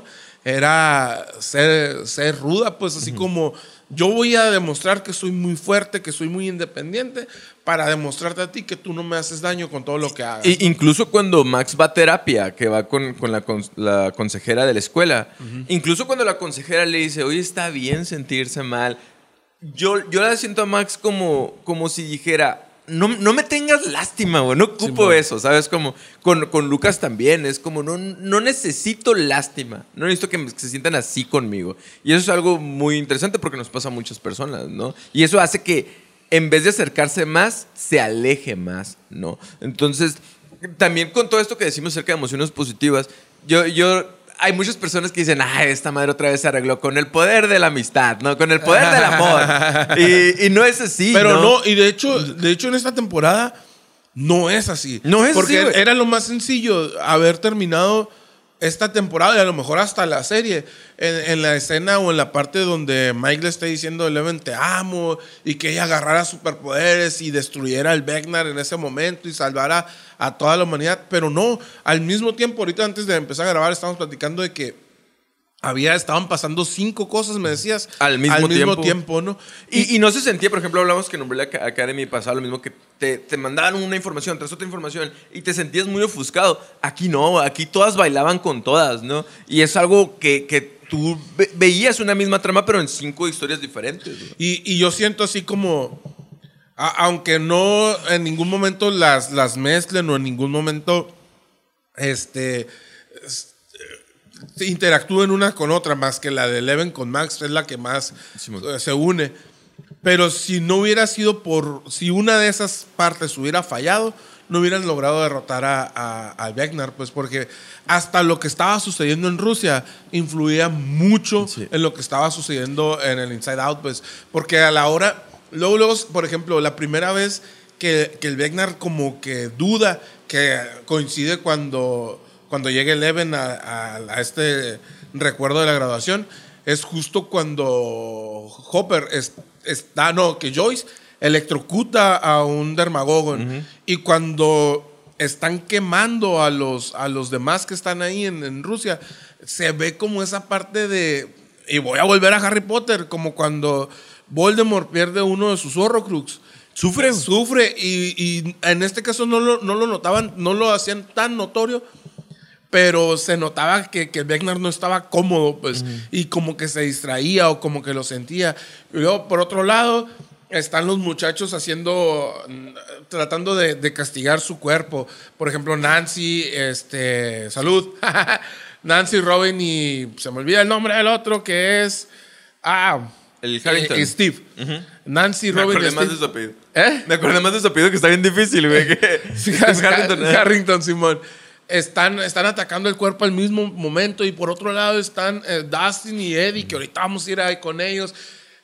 era ser, ser ruda, pues así uh-huh. como yo voy a demostrar que soy muy fuerte, que soy muy independiente, para demostrarte a ti que tú no me haces daño con todo lo que hagas. Y, incluso cuando Max va a terapia, que va con, con, la, con la consejera de la escuela, uh-huh. incluso cuando la consejera le dice: oye, está bien sentirse mal, yo, yo la siento a Max como, como si dijera: No, no me tengas lástima, güey. No ocupo sí, eso, ¿sabes? Como con, con Lucas también. Es como, no, no necesito lástima. No necesito que, me, que se sientan así conmigo. Y eso es algo muy interesante porque nos pasa a muchas personas, ¿no? Y eso hace que, en vez de acercarse más, se aleje más, ¿no? Entonces, también con todo esto que decimos acerca de emociones positivas, yo... yo hay muchas personas que dicen: ah, esta madre otra vez se arregló con el poder de la amistad, ¿no? Con el poder del amor. y, y no es así, Pero no, no y de hecho, de hecho en esta temporada no es así. No es Porque así, Porque era lo más sencillo haber terminado esta temporada, y a lo mejor hasta la serie, en, en la escena o en la parte donde Mike le está diciendo a Eleven: te amo, y que ella agarrara superpoderes y destruyera al Vecna en ese momento y salvara a toda la humanidad. Pero no, al mismo tiempo, ahorita antes de empezar a grabar estábamos platicando de que había, estaban pasando cinco cosas, me decías, al mismo, al mismo tiempo. tiempo, ¿no? Y, y no se sentía, por ejemplo, hablamos que en Umbrella Academy pasaba lo mismo, que te, te mandaban una información tras otra información y te sentías muy ofuscado. Aquí no, aquí todas bailaban con todas, ¿no? Y es algo que, que tú ve, veías una misma trama, pero en cinco historias diferentes, ¿no? Y, y yo siento así como, a, aunque no en ningún momento las, las mezclen, o en ningún momento este... interactúen una con otra, más que la de Eleven con Max es la que más sí, uh, se une. Pero si no hubiera sido por... Si una de esas partes hubiera fallado, no hubieran logrado derrotar a, a, a Vecna, pues porque hasta lo que estaba sucediendo en Rusia influía mucho sí. en lo que estaba sucediendo en el Inside Out, pues porque a la hora... Luego, luego, por ejemplo, la primera vez que, que el Vecna como que duda, que coincide cuando, cuando llega Eleven a, a, a este recuerdo de la graduación, es justo cuando Hopper es, está, no, que Joyce electrocuta a un Dermagogon. Uh-huh. Y cuando están quemando a los, a los demás que están ahí en, en Rusia, se ve como esa parte de, y voy a volver a Harry Potter, como cuando Voldemort pierde uno de sus Horrocrux. Sufre. Sufre, y, y en este caso no lo, no lo notaban, no lo hacían tan notorio, pero se notaba que, que Vecna no estaba cómodo, pues, uh-huh. y como que se distraía o como que lo sentía. Y luego, por otro lado, están los muchachos haciendo, tratando de, de castigar su cuerpo. Por ejemplo, Nancy, este, salud, Nancy, Robin y se me olvida el nombre del otro que es, ah, el Harrington. Eh, Steve. Uh-huh. Nancy, Me Robin y acordé Steve. más de su apellido. ¿Eh? Me acordé más de su apellido, que está bien difícil, güey. Sí, es Harrington, ¿eh? Harrington, Simón. Están, están atacando el cuerpo al mismo momento, y por otro lado están eh, Dustin y Eddie, que ahorita vamos a ir ahí con ellos,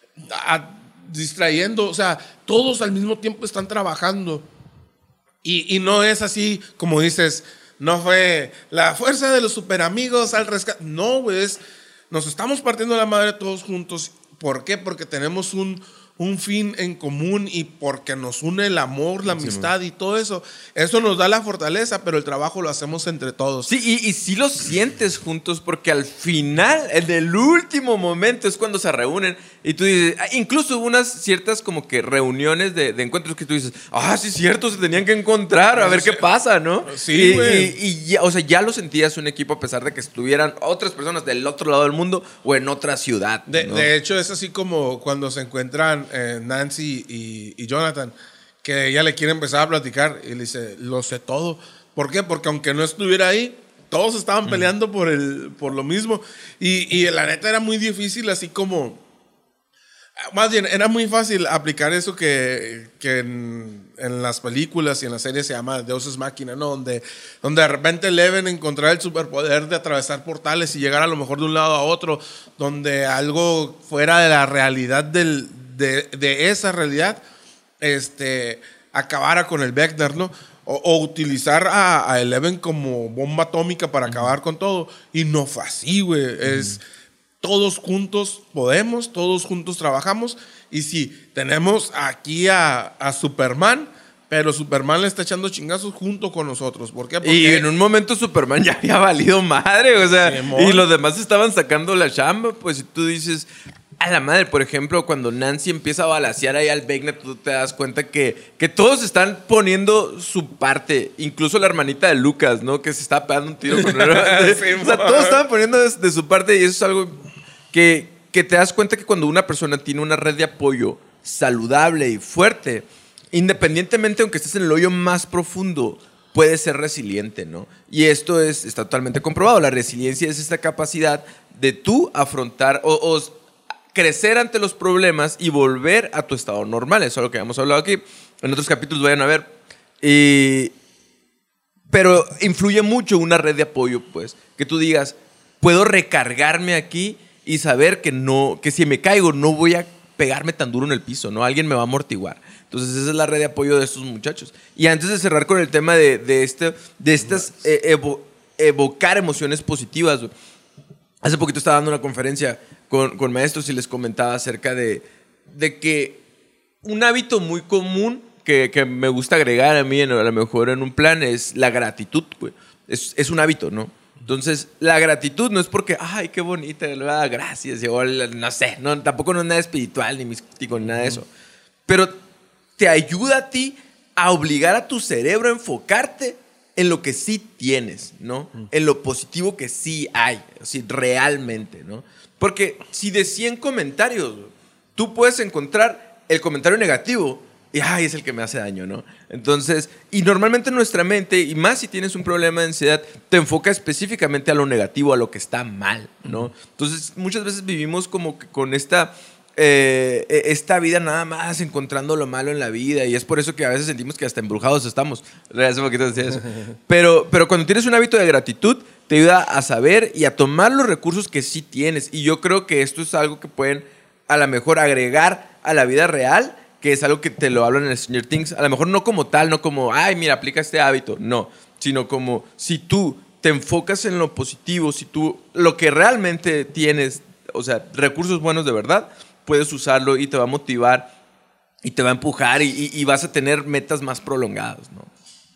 a, distrayendo, o sea, todos al mismo tiempo están trabajando. Y, y no es así, como dices, no fue la fuerza de los superamigos al rescate. No, güey, es, nos estamos partiendo la madre todos juntos. ¿Por qué? Porque tenemos un, un fin en común y porque nos une el amor, la amistad, sí, y todo eso. Eso nos da la fortaleza, pero el trabajo lo hacemos entre todos. Sí, y, y sí lo sientes juntos, porque al final, en el último momento, es cuando se reúnen y tú dices, incluso hubo unas ciertas como que reuniones de, de encuentros que tú dices, ah, sí es cierto, se tenían que encontrar, a ver qué pasa, ¿no? Sí, güey. Y, y, y ya, o sea, ya lo sentías un equipo a pesar de que estuvieran otras personas del otro lado del mundo o en otra ciudad, De, ¿no? de hecho, es así como cuando se encuentran eh, Nancy y, y Jonathan, que ella le quiere empezar a platicar y le dice, lo sé todo. ¿Por qué? Porque aunque no estuviera ahí, todos estaban mm. peleando por, el, por lo mismo. Y, y la neta era muy difícil, así como... Más bien, era muy fácil aplicar eso que, que en, en las películas y en las series se llama Deus Ex Machina, ¿no? Donde, donde de repente Eleven encontrar el superpoder de atravesar portales y llegar a lo mejor de un lado a otro, donde algo fuera de la realidad del, de, de esa realidad este, acabara con el Vecna, ¿no? O, o utilizar a, a Eleven como bomba atómica para uh-huh. acabar con todo. Y no fue así, güey. Uh-huh. Es... Todos juntos podemos, todos juntos trabajamos. Y sí, tenemos aquí a, a Superman, pero Superman le está echando chingazos junto con nosotros. ¿Por qué? Porque y en un momento Superman ya había valido madre, o sea, sí, y los demás estaban sacando la chamba, pues si tú dices, a la madre, por ejemplo, cuando Nancy empieza a balacear ahí al Vecna, tú te das cuenta que, que todos están poniendo su parte, incluso la hermanita de Lucas, ¿no? Que se está pegando un tiro con él. Sí, o sea, todos estaban poniendo de, de su parte, y eso es algo que, que te das cuenta que cuando una persona tiene una red de apoyo saludable y fuerte, independientemente, aunque estés en el hoyo más profundo, puedes ser resiliente, ¿no? Y esto es, está totalmente comprobado. La resiliencia es esta capacidad de tú afrontar o, o crecer ante los problemas y volver a tu estado normal. Eso es lo que hemos hablado aquí. En otros capítulos vayan a ver. Y, pero influye mucho una red de apoyo, pues. Que tú digas, puedo recargarme aquí y saber que, no, que si me caigo no voy a pegarme tan duro en el piso, ¿no? Alguien me va a amortiguar. Entonces esa es la red de apoyo de estos muchachos. Y antes de cerrar con el tema de, de, este, de estas eh, evo, evocar emociones positivas, hace poquito estaba dando una conferencia con, con maestros y les comentaba acerca de, de que un hábito muy común que, que me gusta agregar a mí, a lo mejor en un plan, es la gratitud, güey. Es, es un hábito, ¿no? Entonces, la gratitud no es porque, ay, qué bonita, gracias, o no sé, no, tampoco no es nada espiritual, ni místico, ni nada de eso. Pero te ayuda a ti a obligar a tu cerebro a enfocarte en lo que sí tienes, ¿no? Mm. En lo positivo que sí hay, así, realmente, ¿no? Porque si de cien comentarios, tú puedes encontrar el comentario negativo y, ay, es el que me hace daño, ¿no? Entonces, y normalmente nuestra mente, y más si tienes un problema de ansiedad, te enfoca específicamente a lo negativo, a lo que está mal, ¿no? Entonces, muchas veces vivimos como que con esta... Eh, esta vida nada más encontrando lo malo en la vida, y es por eso que a veces sentimos que hasta embrujados estamos. Hace poquito decía eso. Pero, pero cuando tienes un hábito de gratitud, te ayuda a saber y a tomar los recursos que sí tienes. Y yo creo que esto es algo que pueden a lo mejor agregar a la vida real que es algo que te lo hablan en Stranger Things. A lo mejor no como tal, no como, ay, mira, aplica este hábito. No, sino como si tú te enfocas en lo positivo, si tú lo que realmente tienes, o sea, recursos buenos de verdad, puedes usarlo y te va a motivar y te va a empujar y, y, y vas a tener metas más prolongadas, ¿no?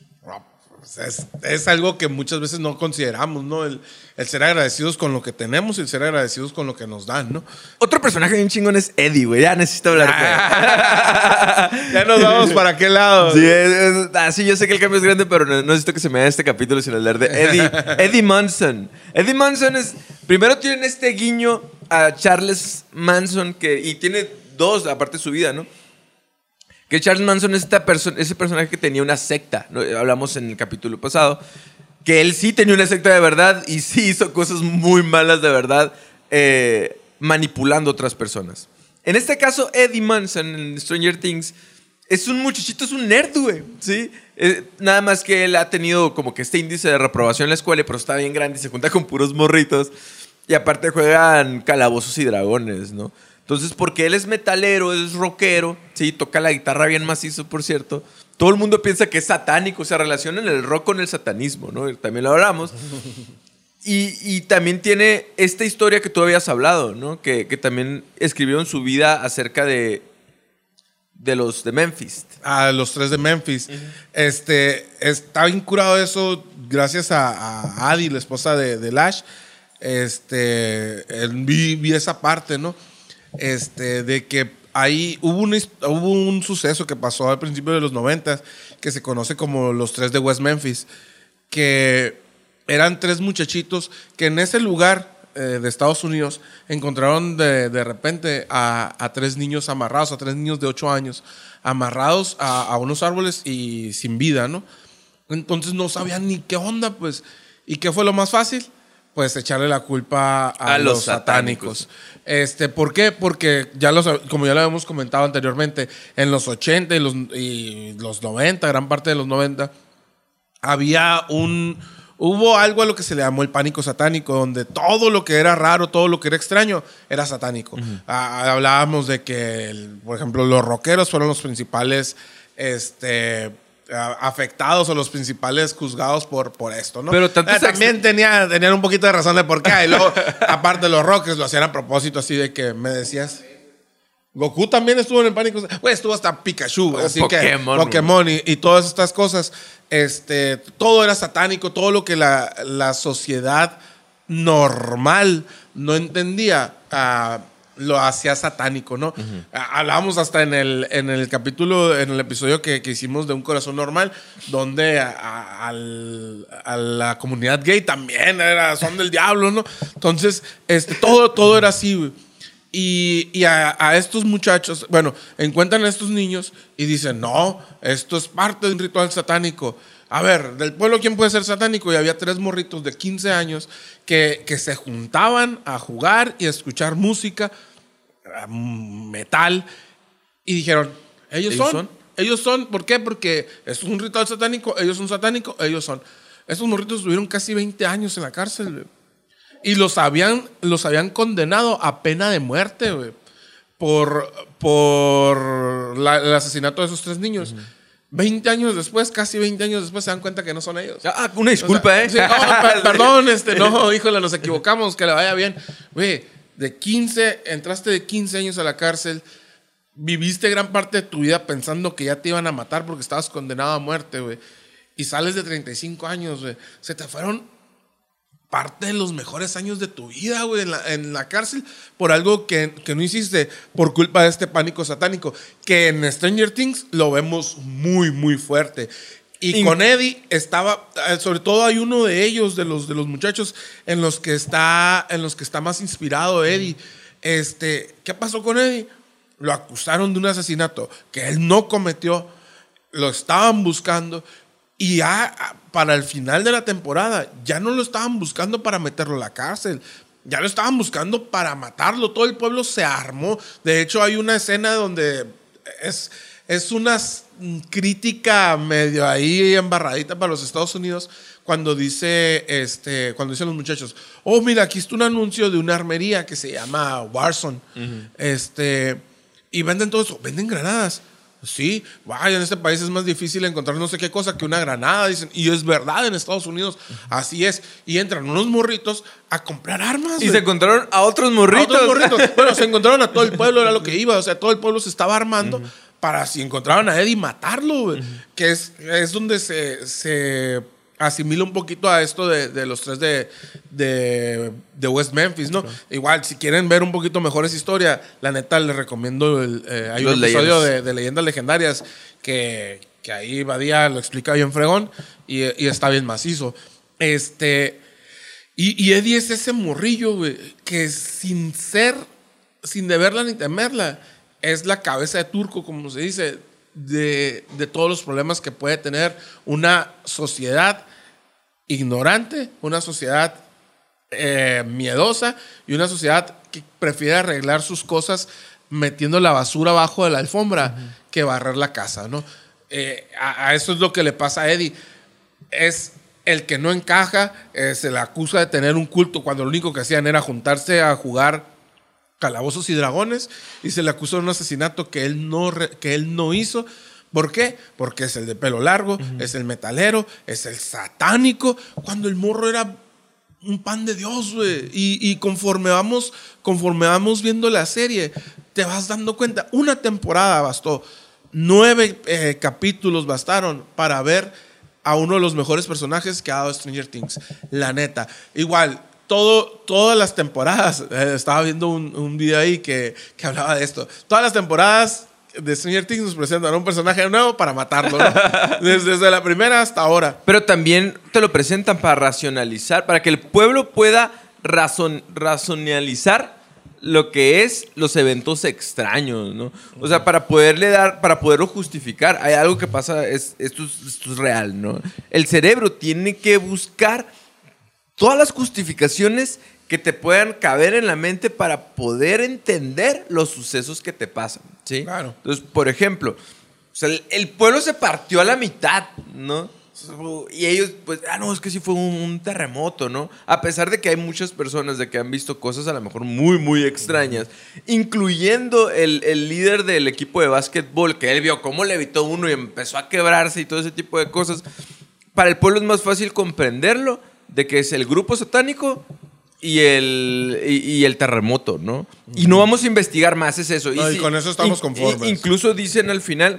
Es, es algo que muchas veces no consideramos, ¿no? El, el ser agradecidos con lo que tenemos y el ser agradecidos con lo que nos dan, ¿no? Otro personaje bien chingón es Eddie, güey. Ya necesito hablar de él. Ya nos vamos para qué lado. Sí, es, es, ah, sí, yo sé que el cambio es grande, pero no, no necesito que se me dé este capítulo sin hablar de Eddie, Eddie Munson. Eddie Munson es... Primero tienen este guiño a Charles Manson, que, y tiene dos, aparte de su vida, ¿no? Que Charles Manson es esta perso- ese personaje que tenía una secta, ¿no? Hablamos en el capítulo pasado, que él sí tenía una secta de verdad y sí hizo cosas muy malas de verdad, eh, manipulando a otras personas. En este caso, Eddie Munson en Stranger Things es un muchachito, es un nerd, güey, ¿sí? Eh, nada más que él ha tenido como que este índice de reprobación en la escuela, pero está bien grande y se junta con puros morritos. Y aparte juegan calabozos y dragones, ¿no? Entonces, porque él es metalero, es rockero, sí, toca la guitarra bien macizo, por cierto. Todo el mundo piensa que es satánico, se relacionan el rock con el satanismo, ¿no? También lo hablamos. Y, y también tiene esta historia que tú habías hablado, ¿no? Que, que también escribió en su vida acerca de, de los de Memphis. A los tres de Memphis. Uh-huh. Este, está bien curado eso gracias a, a Addie, la esposa de, de Lash. Este, vi, vi esa parte, ¿no? Este, de que ahí hubo un, hubo un suceso que pasó al principio de los noventas que se conoce como los tres de West Memphis, que eran tres muchachitos que en ese lugar eh, de Estados Unidos encontraron de, de repente a, a tres niños amarrados, a tres niños de ocho años amarrados a, a unos árboles y sin vida, ¿no? Entonces no sabían ni qué onda, pues. ¿Y qué fue lo más fácil? Pues echarle la culpa a, a los, los satánicos. satánicos. Este, ¿por qué? Porque ya los, como ya lo habíamos comentado anteriormente, en los ochenta y los, y los noventa, gran parte de los noventa, había un... Hubo algo a lo que se le llamó el pánico satánico, donde todo lo que era raro, todo lo que era extraño, era satánico. Uh-huh. Ah, hablábamos de que, el, por ejemplo, los rockeros fueron los principales... Este, afectados o los principales juzgados por, por esto, ¿no? Pero tanto eh, también tenía, tenían un poquito de razón de por qué. Y luego, aparte los rockers lo hacían a propósito, así de que me decías... Goku también estuvo en el pánico. Güey, estuvo hasta Pikachu, así Pokémon, que Pokémon y, y todas estas cosas. Este, todo era satánico, todo lo que la, la sociedad normal no entendía. Uh, lo hacía satánico, ¿no? Uh-huh. Hablábamos hasta en el, en el capítulo, en el episodio que, que hicimos de Un Corazón Normal, donde a, a, al, a la comunidad gay también era, son del diablo, ¿no? Entonces, este, todo, todo era así, güey. Y, y a, a estos muchachos, bueno, encuentran a estos niños y dicen, no, esto es parte de un ritual satánico. A ver, del pueblo, ¿quién puede ser satánico? Y había tres morritos de quince años que, que se juntaban a jugar y a escuchar música, metal, y dijeron, ellos, ¿Ellos son, son, ellos son, ¿por qué? Porque esto es un ritual satánico, ellos son satánicos, ellos son. Estos morritos estuvieron casi veinte años en la cárcel, y los habían, los habían condenado a pena de muerte, wey, por, por la, el asesinato de esos tres niños. Uh-huh. veinte años después, casi veinte años después, se dan cuenta que no son ellos. Ah, una disculpa, o sea, ¿eh? Sí, no, per- perdón, este, no, híjole, nos equivocamos, que le vaya bien. Güey, de quince, entraste de quince años a la cárcel, viviste gran parte de tu vida pensando que ya te iban a matar porque estabas condenado a muerte, güey. Y sales de treinta y cinco años, güey. Se te fueron parte de los mejores años de tu vida, güey, en la, en la cárcel por algo que, que no hiciste por culpa de este pánico satánico, que en Stranger Things lo vemos muy, muy fuerte. Y In- con Eddie estaba, sobre todo hay uno de ellos, de los, de los muchachos, en los que está, en los que está más inspirado Eddie. Este, ¿qué pasó con Eddie? Lo acusaron de un asesinato que él no cometió, lo estaban buscando. Y ya para el final de la temporada ya no lo estaban buscando para meterlo a la cárcel, ya lo estaban buscando para matarlo. Todo el pueblo se armó. De hecho hay una escena donde es, es una crítica medio ahí embarradita para los Estados Unidos, cuando dice este, cuando dicen los muchachos, oh mira, aquí está un anuncio de una armería que se llama Warzone. Uh-huh. este, y venden todo eso, venden granadas. Sí, vaya, en este país es más difícil encontrar no sé qué cosa que una granada, dicen. Y es verdad, en Estados Unidos así es. Y entran unos morritos a comprar armas. Y güey. se encontraron a otros A morritos. otros morritos. Bueno, se encontraron a todo el pueblo, era lo que iba. O sea, todo el pueblo se estaba armando uh-huh. para si encontraban a Eddie matarlo, güey. Uh-huh. Que es, es donde se... se asimila un poquito a esto de, de los tres de, de, de West Memphis, ¿no? Claro. Igual, si quieren ver un poquito mejor esa historia, la neta les recomiendo, el, eh, hay los un episodio de, de Leyendas Legendarias que, que ahí Badía lo explica bien fregón y, y está bien macizo. Este, y, y Eddie es ese morrillo, güey, que sin ser, sin deberla ni temerla, es la cabeza de turco, como se dice, De, de todos los problemas que puede tener una sociedad ignorante, una sociedad eh, miedosa y una sociedad que prefiere arreglar sus cosas metiendo la basura abajo de la alfombra uh-huh. que barrer la casa, ¿no? Eh, a, a eso es lo que le pasa a Eddie. Es el que no encaja, eh, se le acusa de tener un culto cuando lo único que hacían era juntarse a jugar Calabozos y Dragones y se le acusó de un asesinato que él no, que él no hizo. ¿Por qué? Porque es el de pelo largo, uh-huh. es el metalero, es el satánico, cuando el morro era un pan de Dios, güey. Y, y conforme vamos, conforme vamos viendo la serie, te vas dando cuenta. Una temporada bastó, nueve eh, capítulos bastaron para ver a uno de los mejores personajes que ha dado Stranger Things. La neta. Igual, Todo, todas las temporadas, eh, estaba viendo un, un video ahí que, que hablaba de esto. Todas las temporadas de Stranger Things nos presentan a un personaje nuevo para matarlo, ¿no? desde, desde la primera hasta ahora. Pero también te lo presentan para racionalizar, para que el pueblo pueda razon, racionalizar lo que es los eventos extraños, ¿no? O sea, para poderle dar, para poderlo justificar, hay algo que pasa, es, esto, es, esto es real, ¿no? El cerebro tiene que buscar todas las justificaciones que te puedan caber en la mente para poder entender los sucesos que te pasan, ¿sí? Claro. Entonces, por ejemplo, o sea, el, el pueblo se partió a la mitad, ¿no? Y ellos, pues, ah, no, es que sí fue un, un terremoto, ¿no? A pesar de que hay muchas personas de que han visto cosas a lo mejor muy, muy extrañas, incluyendo el, el líder del equipo de básquetbol, que él vio cómo levitó uno y empezó a quebrarse y todo ese tipo de cosas. Para el pueblo es más fácil comprenderlo de que es el grupo satánico y el, y, y el terremoto, ¿no? Uh-huh. Y no vamos a investigar más, es eso. No, y, y si, con eso estamos y, conformes. Y, incluso dicen al final,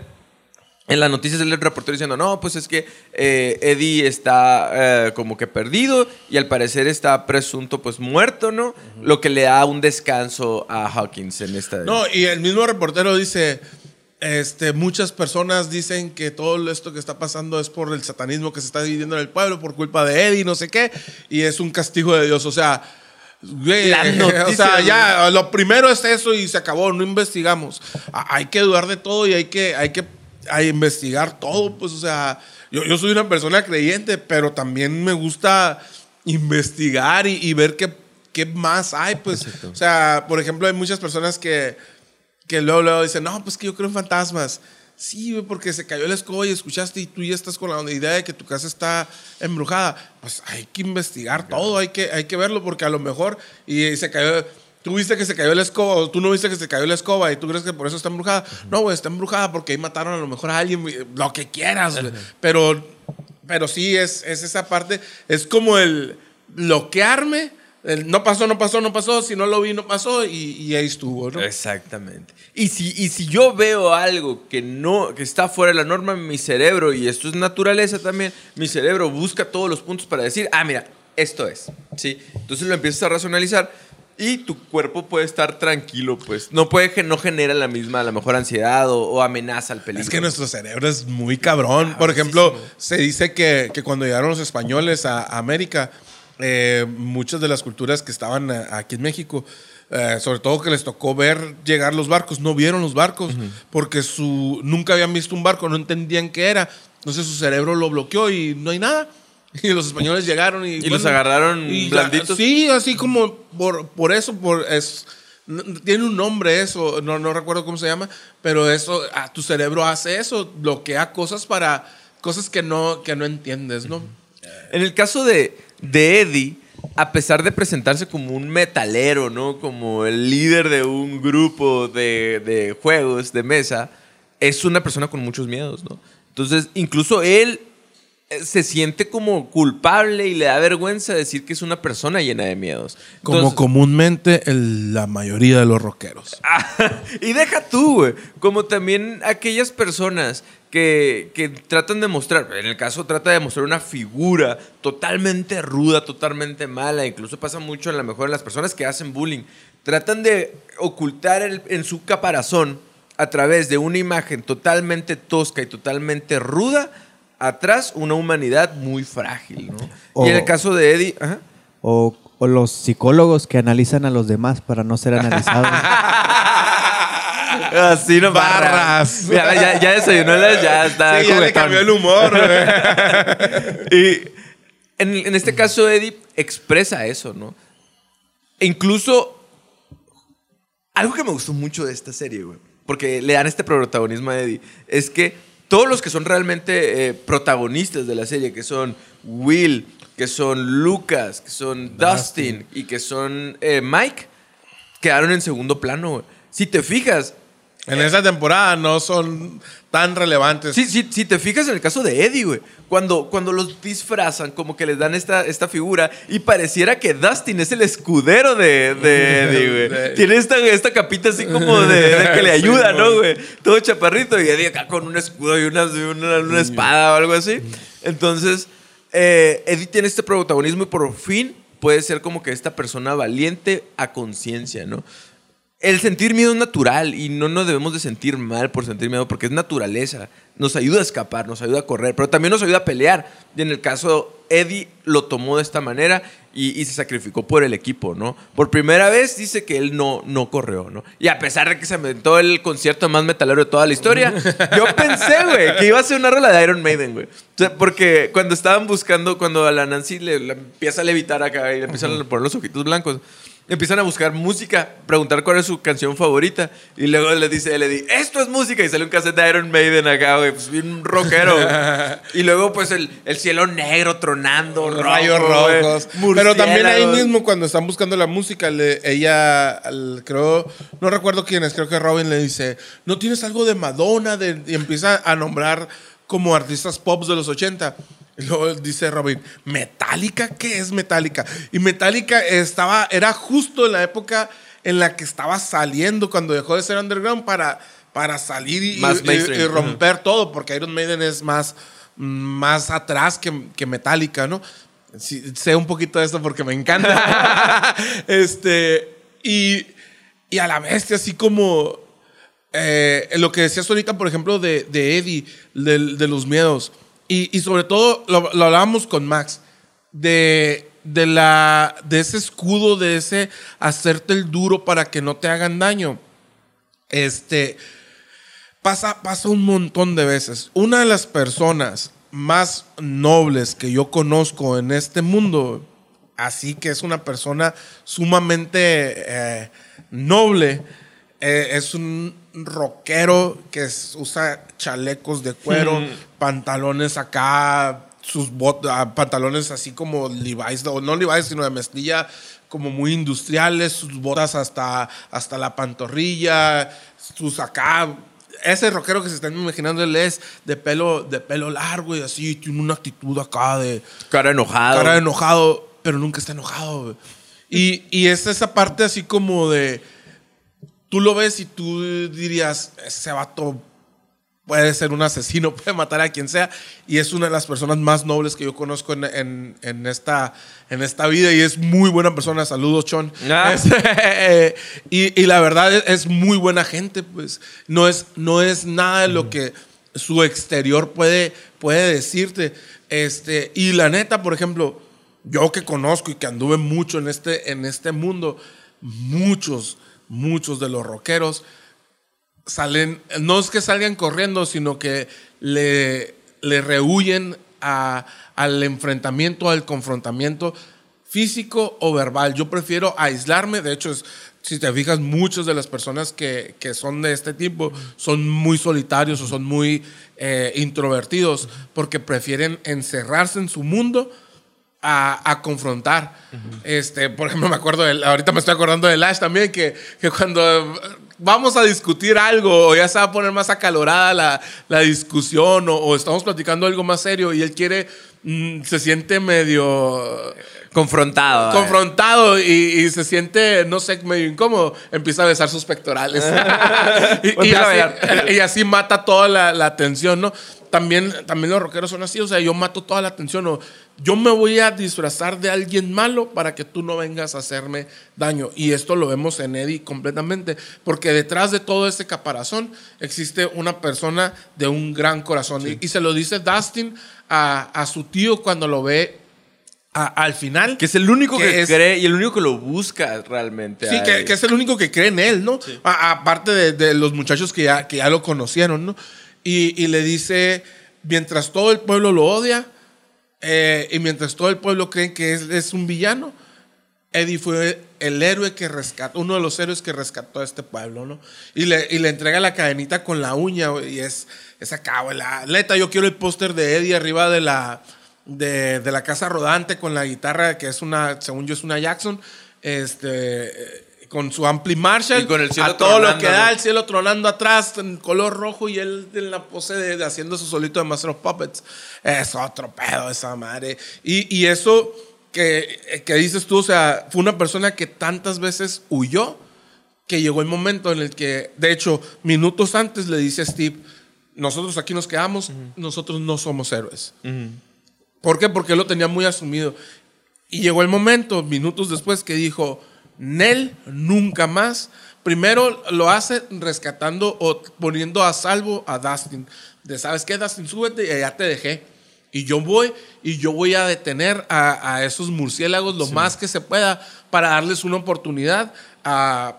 en las noticias del reportero diciendo, no, pues es que eh, Eddie está eh, como que perdido y al parecer está presunto pues muerto, ¿no? Uh-huh. Lo que le da un descanso a Hawkins en esta... No, y el mismo reportero dice... Este, muchas personas dicen que todo esto que está pasando es por el satanismo que se está dividiendo en el pueblo, por culpa de Eddie, no sé qué, y es un castigo de Dios. O sea, güey, o sea, ya lo primero es eso y se acabó, no investigamos. Hay que dudar de todo y hay que, hay que hay investigar todo. Pues, o sea, yo, yo soy una persona creyente, pero también me gusta investigar y, y ver qué, qué más hay. Pues, exacto. O sea, por ejemplo, hay muchas personas que Que luego, luego dicen, no, pues que yo creo en fantasmas. Sí, güey, porque se cayó la escoba y escuchaste y tú ya estás con la idea de que tu casa está embrujada. Pues hay que investigar claro. todo, hay que, hay que verlo porque a lo mejor y se cayó, tú viste que se cayó la escoba o tú no viste que se cayó la escoba y tú crees que por eso está embrujada. Uh-huh. No, güey, está embrujada porque ahí mataron a lo mejor a alguien, lo que quieras. Uh-huh. Pero, pero sí, es, es esa parte, es como el bloquearme. El no pasó, no pasó, no pasó. Si no lo vi, no pasó. Y, y ahí estuvo, ¿no? Exactamente. Y si, y si yo veo algo que, no, que está fuera de la norma, mi cerebro, y esto es naturaleza también, mi cerebro busca todos los puntos para decir, ah, mira, esto es. ¿Sí? Entonces lo empiezas a racionalizar y tu cuerpo puede estar tranquilo, pues. No, puede, no genera la misma, a lo mejor, ansiedad o, o amenaza al peligro. Es que nuestro cerebro es muy cabrón. Ah, Por ejemplo, sí, sí. se dice que, que cuando llegaron los españoles a, a América... Eh, muchas de las culturas que estaban aquí en México, eh, sobre todo que les tocó ver llegar los barcos, no vieron los barcos uh-huh. porque su, nunca habían visto un barco, no entendían qué era, entonces su cerebro lo bloqueó y no hay nada. Y los españoles llegaron y, y bueno, los agarraron y blanditos. Sí, así como por, por eso, por es, tiene un nombre eso, no, no recuerdo cómo se llama, pero eso, a tu cerebro hace eso, bloquea cosas para cosas que no, que no entiendes, ¿no? En el caso de de Eddie, a pesar de presentarse como un metalero, ¿no? Como el líder de un grupo de, de juegos de mesa, es una persona con muchos miedos, ¿no? Entonces, incluso él se siente como culpable y le da vergüenza decir que es una persona llena de miedos. Entonces, como comúnmente el, la mayoría de los rockeros. Y deja tú, güey. Como también aquellas personas que, que tratan de mostrar, en el caso trata de mostrar una figura totalmente ruda, totalmente mala. Incluso pasa mucho a lo mejor en las personas que hacen bullying. Tratan de ocultar el, en su caparazón a través de una imagen totalmente tosca y totalmente ruda, atrás una humanidad muy frágil, ¿no? O, y en el caso de Eddie... Ajá. O, o los psicólogos que analizan a los demás para no ser analizados. Así no barras. Ya, ya, ya desayunó, ya está. Sí, ya le cambió el humor. Y en, en este caso Eddie expresa eso, ¿no? E incluso algo que me gustó mucho de esta serie, güey, porque le dan este protagonismo a Eddie, es que todos los que son realmente eh, protagonistas de la serie, que son Will, que son Lucas, que son Dustin, Dustin y que son eh, Mike, quedaron en segundo plano, güey. Si te fijas... En eh, esa temporada no son tan relevantes. Sí, sí, si te fijas en el caso de Eddie, güey. Cuando, cuando los disfrazan, como que les dan esta, esta figura y pareciera que Dustin es el escudero de, de Eddie, güey. Tiene esta, esta capita así como de, de que le ayuda, sí, ¿no, güey? Todo chaparrito y Eddie acá con un escudo y una, una, una espada o algo así. Entonces, eh, Eddie tiene este protagonismo y por fin puede ser como que esta persona valiente a conciencia, ¿no? El sentir miedo es natural y no nos debemos de sentir mal por sentir miedo porque es naturaleza. Nos ayuda a escapar, nos ayuda a correr, pero también nos ayuda a pelear. Y en el caso, Eddie lo tomó de esta manera y, y se sacrificó por el equipo, ¿no? Por primera vez dice que él no, no corrió, ¿no? Y a pesar de que se inventó el concierto más metalero de toda la historia, yo pensé, güey, que iba a ser una rola de Iron Maiden, güey. O sea, porque cuando estaban buscando, cuando a la Nancy le, le empieza a levitar acá y le empiezan uh-huh. a poner los ojitos blancos, empiezan a buscar música, preguntar cuál es su canción favorita. Y luego le dice Eddie, esto es música. Y sale un cassette de Iron Maiden acá, güey. Pues bien rockero. Y luego, pues, el, el cielo negro tronando, rojo, rayos rojos. Pero también ahí mismo, cuando están buscando la música, le, ella, el, creo, no recuerdo quién es, creo que Robin le dice, ¿no tienes algo de Madonna? De, y empieza a nombrar como artistas pop de los ochenta. Y luego dice Robin, ¿Metallica? ¿Qué es Metallica? Y Metallica estaba, era justo en la época en la que estaba saliendo, cuando dejó de ser underground para, para salir y, y, y romper uh-huh. todo, porque Iron Maiden es más, más atrás que, que Metallica, ¿no? Sí, sé un poquito de esto porque me encanta. este, y, y a la bestia, así como eh, lo que decías ahorita, por ejemplo, de, de Eddie, de, de los miedos. Y, y sobre todo, lo, lo hablábamos con Max, de, de, la, de ese escudo, de ese hacerte el duro para que no te hagan daño. Este, pasa, pasa un montón de veces. Una de las personas más nobles que yo conozco en este mundo, así que es una persona sumamente eh, noble, eh, es un rockero que es, usa chalecos de cuero, mm. pantalones acá, sus botas, pantalones así como Levi's, o no Levi's, sino de mezclilla, como muy industriales, sus botas hasta, hasta la pantorrilla, sus acá. Ese rockero que se están imaginando, él es de pelo, de pelo largo y así, tiene una actitud acá de... Cara enojado. Cara enojado, pero nunca está enojado. Y, y es esa parte así como de... Tú lo ves y tú dirías, ese vato puede ser un asesino, puede matar a quien sea. Y es una de las personas más nobles que yo conozco en, en, en, esta, en esta vida. Y es muy buena persona. Saludos, Chon. Ah. Es, eh, y, y la verdad es, es muy buena gente. Pues. No, es, no es nada de lo que su exterior puede, puede decirte. Este, y la neta, por ejemplo, yo que conozco y que anduve mucho en este, en este mundo, muchos... Muchos de los rockeros salen, no es que salgan corriendo, sino que le, le rehuyen a, al enfrentamiento, al confrontamiento físico o verbal. Yo prefiero aislarme. De hecho, es, si te fijas, muchas de las personas que, que son de este tipo son muy solitarios o son muy eh, introvertidos porque prefieren encerrarse en su mundo A, a confrontar. Uh-huh. Este, por ejemplo, me acuerdo de, ahorita me estoy acordando de Lash también, que, que cuando vamos a discutir algo, o ya se va a poner más acalorada la, la discusión, o, o estamos platicando algo más serio y él quiere, mm, se siente medio... Confrontado. Confrontado y, y se siente, no sé, medio incómodo. Empieza a besar sus pectorales. y, y, así, y así mata toda la, la tensión, ¿no? También, también los rockeros son así. O sea, yo mato toda la tensión. O yo me voy a disfrazar de alguien malo para que tú no vengas a hacerme daño. Y esto lo vemos en Eddie completamente. Porque detrás de todo este caparazón existe una persona de un gran corazón. Sí. Y, y se lo dice Dustin a, a su tío cuando lo ve A, al final. Que es el único que, que es, cree y el único que lo busca realmente. Sí, que, que es el único que cree en él, ¿no? Sí. A, aparte de, de los muchachos que ya, que ya lo conocieron, ¿no? Y, y le dice, mientras todo el pueblo lo odia eh, y mientras todo el pueblo cree que es, es un villano, Eddie fue el héroe que rescató, uno de los héroes que rescató a este pueblo, ¿no? Y le, y le entrega la cadenita con la uña, y es, es acá, güey. La neta, yo quiero el póster de Eddie arriba de la... De, de la casa rodante con la guitarra que es una, según yo es una Jackson, este, con su ampli Marshall y con el cielo a todo tronando, lo que da, ¿no? el cielo tronando atrás en color rojo y él en la pose de, de haciendo su solito de Master of Puppets. Es otro pedo esa madre. Y, y eso que, que dices tú, o sea, fue una persona que tantas veces huyó que llegó el momento en el que, de hecho, minutos antes le dice a Steve, nosotros aquí nos quedamos, uh-huh. nosotros no somos héroes. Uh-huh. ¿Por qué? Porque él lo tenía muy asumido. Y llegó el momento, minutos después, que dijo, Nel, nunca más. Primero lo hace rescatando o poniendo a salvo a Dustin. De, ¿sabes qué, Dustin? Súbete y ya te dejé. Y yo voy y yo voy a detener a, a esos murciélagos lo sí. más que se pueda para darles una oportunidad a...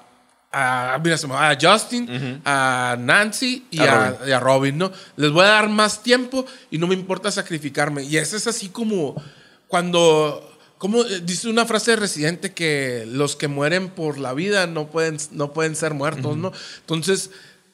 A, mira, se me va, a Justin, uh-huh. a Nancy y a, a, Robin. y a Robin, ¿no? Les voy a dar más tiempo y no me importa sacrificarme. Y eso es así como cuando, como dice una frase de Residente, que los que mueren por la vida no pueden, no pueden ser muertos, uh-huh. ¿no? Entonces,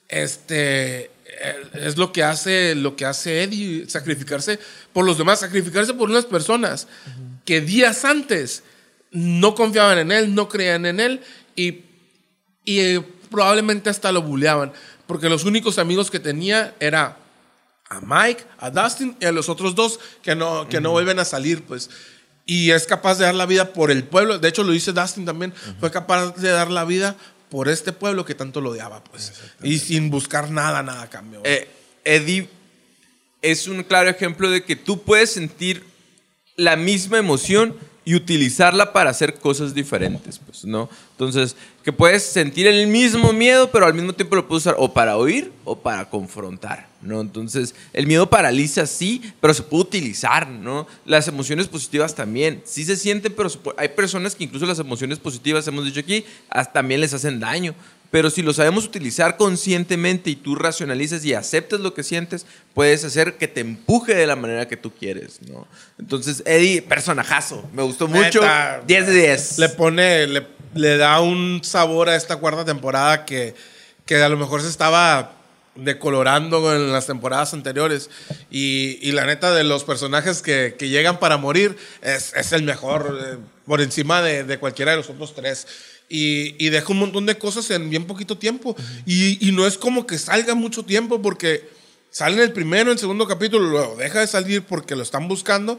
este es lo que hace, lo que hace Eddie, sacrificarse por los demás, sacrificarse por unas personas uh-huh. que días antes no confiaban en él, no creían en él y Y eh, probablemente hasta lo buleaban. Porque los únicos amigos que tenía era a Mike, a Dustin y a los otros dos que no, que uh-huh. no vuelven a salir, pues. Y es capaz de dar la vida por el pueblo. De hecho, lo dice Dustin también. Uh-huh. Fue capaz de dar la vida por este pueblo que tanto lo odiaba, pues. Y sin buscar nada, nada a cambio. Eh, Eddie es un claro ejemplo de que tú puedes sentir la misma emoción y utilizarla para hacer cosas diferentes, pues, ¿no? Entonces, que puedes sentir el mismo miedo, pero al mismo tiempo lo puedes usar o para huir o para confrontar, ¿no? Entonces, el miedo paraliza, sí, pero se puede utilizar, ¿no? Las emociones positivas también, sí se sienten, pero hay personas que incluso las emociones positivas, hemos dicho aquí, también les hacen daño. Pero si lo sabemos utilizar conscientemente y tú racionalizas y aceptas lo que sientes, puedes hacer que te empuje de la manera que tú quieres, ¿no? Entonces, Eddie, personajazo. Me gustó mucho. diez de diez. Le pone, le, le da un sabor a esta cuarta temporada que, que a lo mejor se estaba decolorando en las temporadas anteriores. Y, y la neta, de los personajes que, que llegan para morir, es, es el mejor, eh, por encima de, de cualquiera de los otros tres. Y, y deja un montón de cosas en bien poquito tiempo. Uh-huh. Y, y no es como que salga mucho tiempo, porque sale en el primero, en el segundo capítulo, luego deja de salir porque lo están buscando.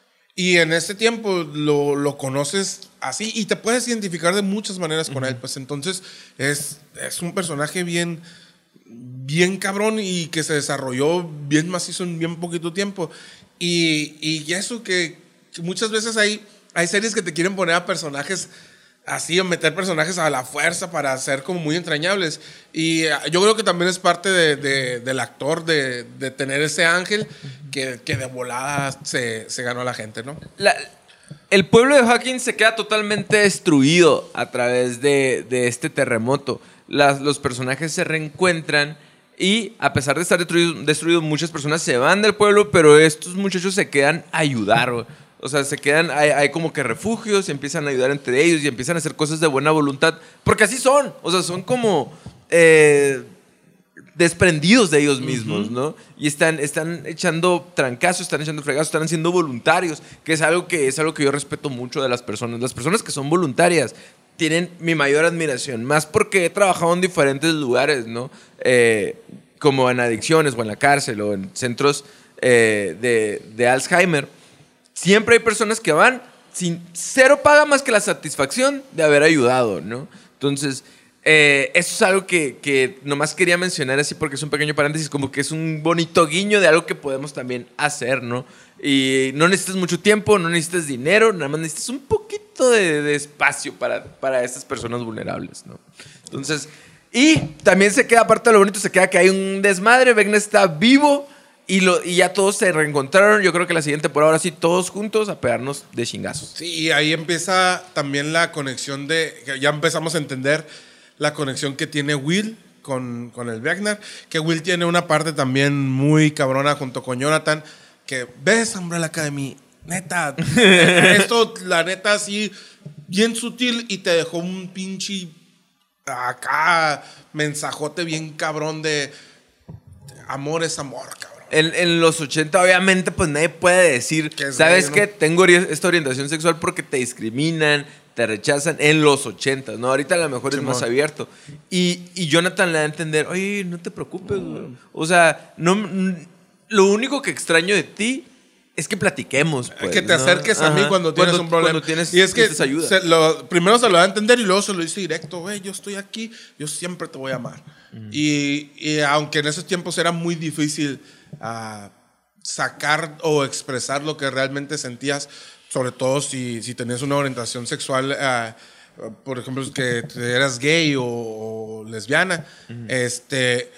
Y en ese tiempo lo, lo conoces así y te puedes identificar de muchas maneras con uh-huh. él. Pues entonces es, es un personaje bien, bien cabrón y que se desarrolló bien macizo en bien poquito tiempo. Y, y eso que, que muchas veces hay, hay series que te quieren poner a personajes así, o meter personajes a la fuerza para ser como muy entrañables. Y yo creo que también es parte de, de, del actor de, de tener ese ángel que, que de volada se, se ganó a la gente, ¿no? La, el pueblo de Hawkins se queda totalmente destruido a través de, de este terremoto. Las, los personajes se reencuentran y a pesar de estar destruidos, destruidos, muchas personas se van del pueblo, pero estos muchachos se quedan a ayudar. O sea, se quedan, hay, hay como que refugios y empiezan a ayudar entre ellos y empiezan a hacer cosas de buena voluntad. Porque así son. O sea, son como eh, desprendidos de ellos mismos, uh-huh. ¿no? Y están, están echando trancazos, están echando fregazos, están siendo voluntarios, que es algo que, es algo que yo respeto mucho de las personas. Las personas que son voluntarias tienen mi mayor admiración. Más porque he trabajado en diferentes lugares, ¿no? Eh, como en adicciones o en la cárcel o en centros eh, de, de Alzheimer. Siempre hay personas que van sin cero paga más que la satisfacción de haber ayudado, ¿no? Entonces, eh, eso es algo que, que nomás quería mencionar así porque es un pequeño paréntesis, como que es un bonito guiño de algo que podemos también hacer, ¿no? Y no necesitas mucho tiempo, no necesitas dinero, nada más necesitas un poquito de, de espacio para, para estas personas vulnerables, ¿no? Entonces, y también se queda, aparte de lo bonito, se queda que hay un desmadre, Vecna está vivo. Y, lo, y ya todos se reencontraron. Yo creo que la siguiente por ahora sí, todos juntos a pegarnos de chingazos. Sí, y ahí empieza también la conexión de... que ya empezamos a entender la conexión que tiene Will con, con el Vecna. Que Will tiene una parte también muy cabrona junto con Jonathan. Que ves, Umbrella Academy, neta. Esto, la neta, así, bien sutil y te dejó un pinche... acá, mensajote bien cabrón de... amor es amor, cabrón. En, en los ochenta, obviamente, pues nadie puede decir, Que es ¿sabes gay, qué? ¿no? Tengo ori- esta orientación sexual porque te discriminan, te rechazan en los ochenta, ¿no? Ahorita a lo mejor es Simón. más abierto. Y, y Jonathan le da a entender, oye, no te preocupes, güey. O sea, no, n- lo único que extraño de ti es que platiquemos, pues, que te ¿no? acerques a mí Ajá. cuando tienes un problema. Cuando tienes, y es que necesitas ayuda. se lo, primero se lo da a entender y luego se lo dice directo, güey, yo estoy aquí, yo siempre te voy a amar. Uh-huh. y, y aunque en esos tiempos era muy difícil uh, sacar o expresar lo que realmente sentías, sobre todo si, si tenías una orientación sexual, uh, por ejemplo, que eras gay o, o lesbiana, uh-huh. este...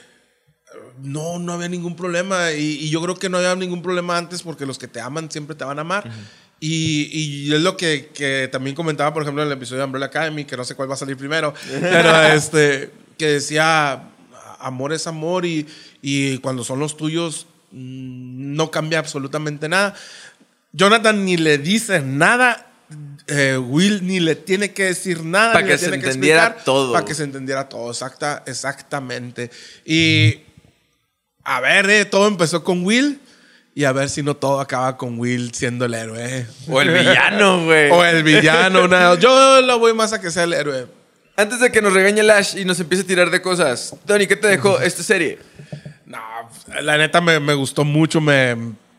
No, no había ningún problema y, y yo creo que no había ningún problema antes porque los que te aman siempre te van a amar. Uh-huh. y, y es lo que, que también comentaba, por ejemplo, en el episodio de Umbrella Academy, que no sé cuál va a salir primero, pero este, que decía, amor es amor y, y cuando son los tuyos no cambia absolutamente nada. Jonathan ni le dice nada. Eh, Will ni le tiene que decir nada para que le se tiene entendiera que explicar, todo para que se entendiera todo, exacta, exactamente. Y a ver, eh, todo empezó con Will y a ver si no todo acaba con Will siendo el héroe o el villano, güey. o el villano. Una, yo lo voy más a que sea el héroe. Antes de que nos regañe Lash y nos empiece a tirar de cosas, Tony, ¿qué te dejó esta serie? No, la neta me, me gustó mucho. Me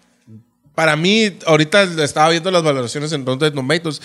Para mí, ahorita estaba viendo las valoraciones en Rotten Tomatoes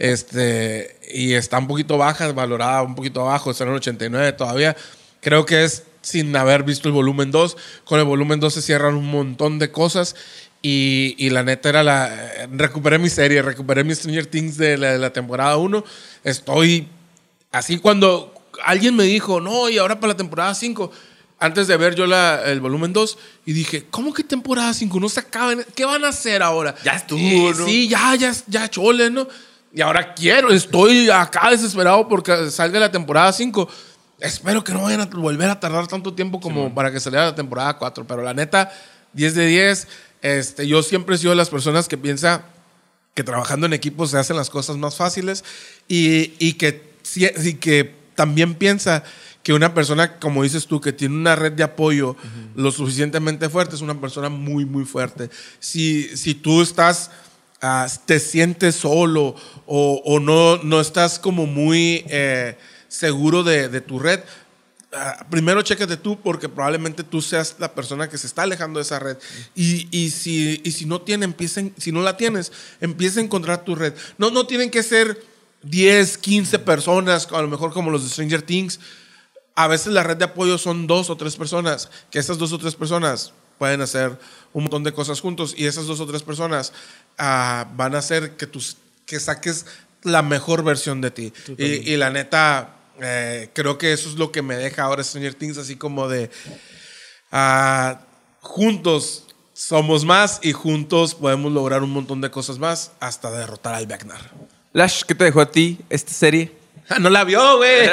este, y está un poquito baja, valorada un poquito abajo, está en el ochenta y nueve todavía. Creo que es sin haber visto el volumen dos. Con el volumen dos se cierran un montón de cosas y, y la neta era la... Recuperé mi serie, recuperé mi Stranger Things de la, de la temporada uno. Estoy así cuando alguien me dijo, no, y ahora para la temporada cinco... Antes de ver yo la, el volumen dos y dije, ¿cómo que temporada cinco? No se acaban. ¿Qué van a hacer ahora? Ya estuvo, y, ¿no? Sí, ya, ya, ya chole, ¿no? Y ahora quiero, estoy acá desesperado porque salga la temporada cinco. Espero que no vayan a volver a tardar tanto tiempo como sí, para que saliera la temporada cuatro. Pero la neta, diez de diez. Este, yo siempre he sido de las personas que piensa que trabajando en equipo se hacen las cosas más fáciles y, y, que, y que también piensa que una persona, como dices tú, que tiene una red de apoyo uh-huh. lo suficientemente fuerte, es una persona muy, muy fuerte. Si, si tú estás, uh, te sientes solo o, o no, no estás como muy eh, seguro de, de tu red, uh, primero chécate tú porque probablemente tú seas la persona que se está alejando de esa red. Uh-huh. Y, y, si, y si, no tiene, empiecen, si no la tienes, empieza a encontrar tu red. No, no tienen que ser diez, quince personas, a lo mejor como los de Stranger Things. A veces la red de apoyo son dos o tres personas, que esas dos o tres personas pueden hacer un montón de cosas juntos y esas dos o tres personas uh, van a hacer que, tus, que saques la mejor versión de ti. Y, y la neta, eh, creo que eso es lo que me deja ahora Stranger Things, así como de uh, juntos somos más y juntos podemos lograr un montón de cosas más hasta derrotar al Vecna. Lash, ¿qué te dejó a ti esta serie? No la vio, güey.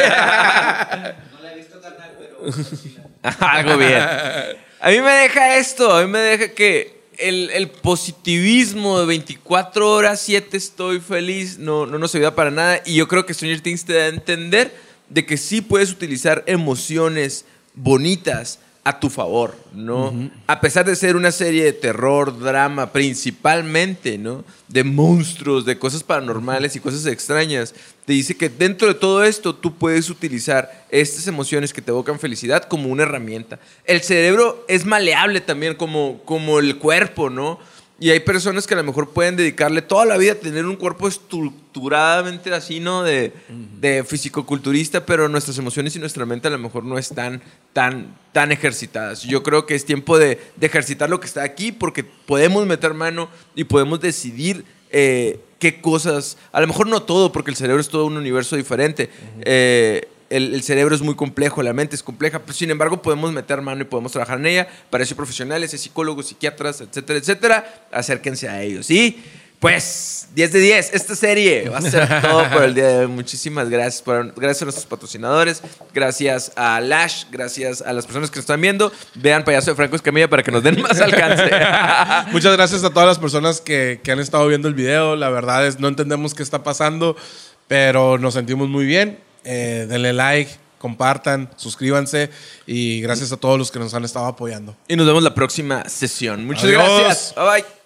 Algo bien. A mí me deja esto, a mí me deja que el, el positivismo de veinticuatro horas, siete estoy feliz, no, no nos ayuda para nada. Y yo creo que Stranger Things te da a entender de que sí puedes utilizar emociones bonitas a tu favor, ¿no? Uh-huh. A pesar de ser una serie de terror, drama, principalmente, ¿no? De monstruos, de cosas paranormales y cosas extrañas, te dice que dentro de todo esto tú puedes utilizar estas emociones que te evocan felicidad como una herramienta. El cerebro es maleable también como, como el cuerpo, ¿no? Y hay personas que a lo mejor pueden dedicarle toda la vida a tener un cuerpo estructuradamente así, ¿no? De, de fisicoculturista, pero nuestras emociones y nuestra mente a lo mejor no están tan, tan ejercitadas. Yo creo que es tiempo de, de ejercitar lo que está aquí porque podemos meter mano y podemos decidir eh, qué cosas... A lo mejor no todo, porque el cerebro es todo un universo diferente. Uh-huh. Eh, El, el cerebro es muy complejo, la mente es compleja, pero sin embargo podemos meter mano y podemos trabajar en ella. Para eso hay profesionales, hay psicólogos, psiquiatras, etcétera, etcétera. Acérquense a ellos. Y pues, diez de diez, esta serie va a ser todo por el día de hoy. Muchísimas gracias. Por, gracias a nuestros patrocinadores, gracias a Lash, gracias a las personas que nos están viendo. Vean Payaso de Franco Escamilla para que nos den más alcance. Muchas gracias a todas las personas que, que han estado viendo el video. La verdad es no entendemos qué está pasando, pero nos sentimos muy bien. Eh, denle like, compartan, suscríbanse y gracias a todos los que nos han estado apoyando. Y nos vemos la próxima sesión. Muchas Adiós. gracias. Bye bye.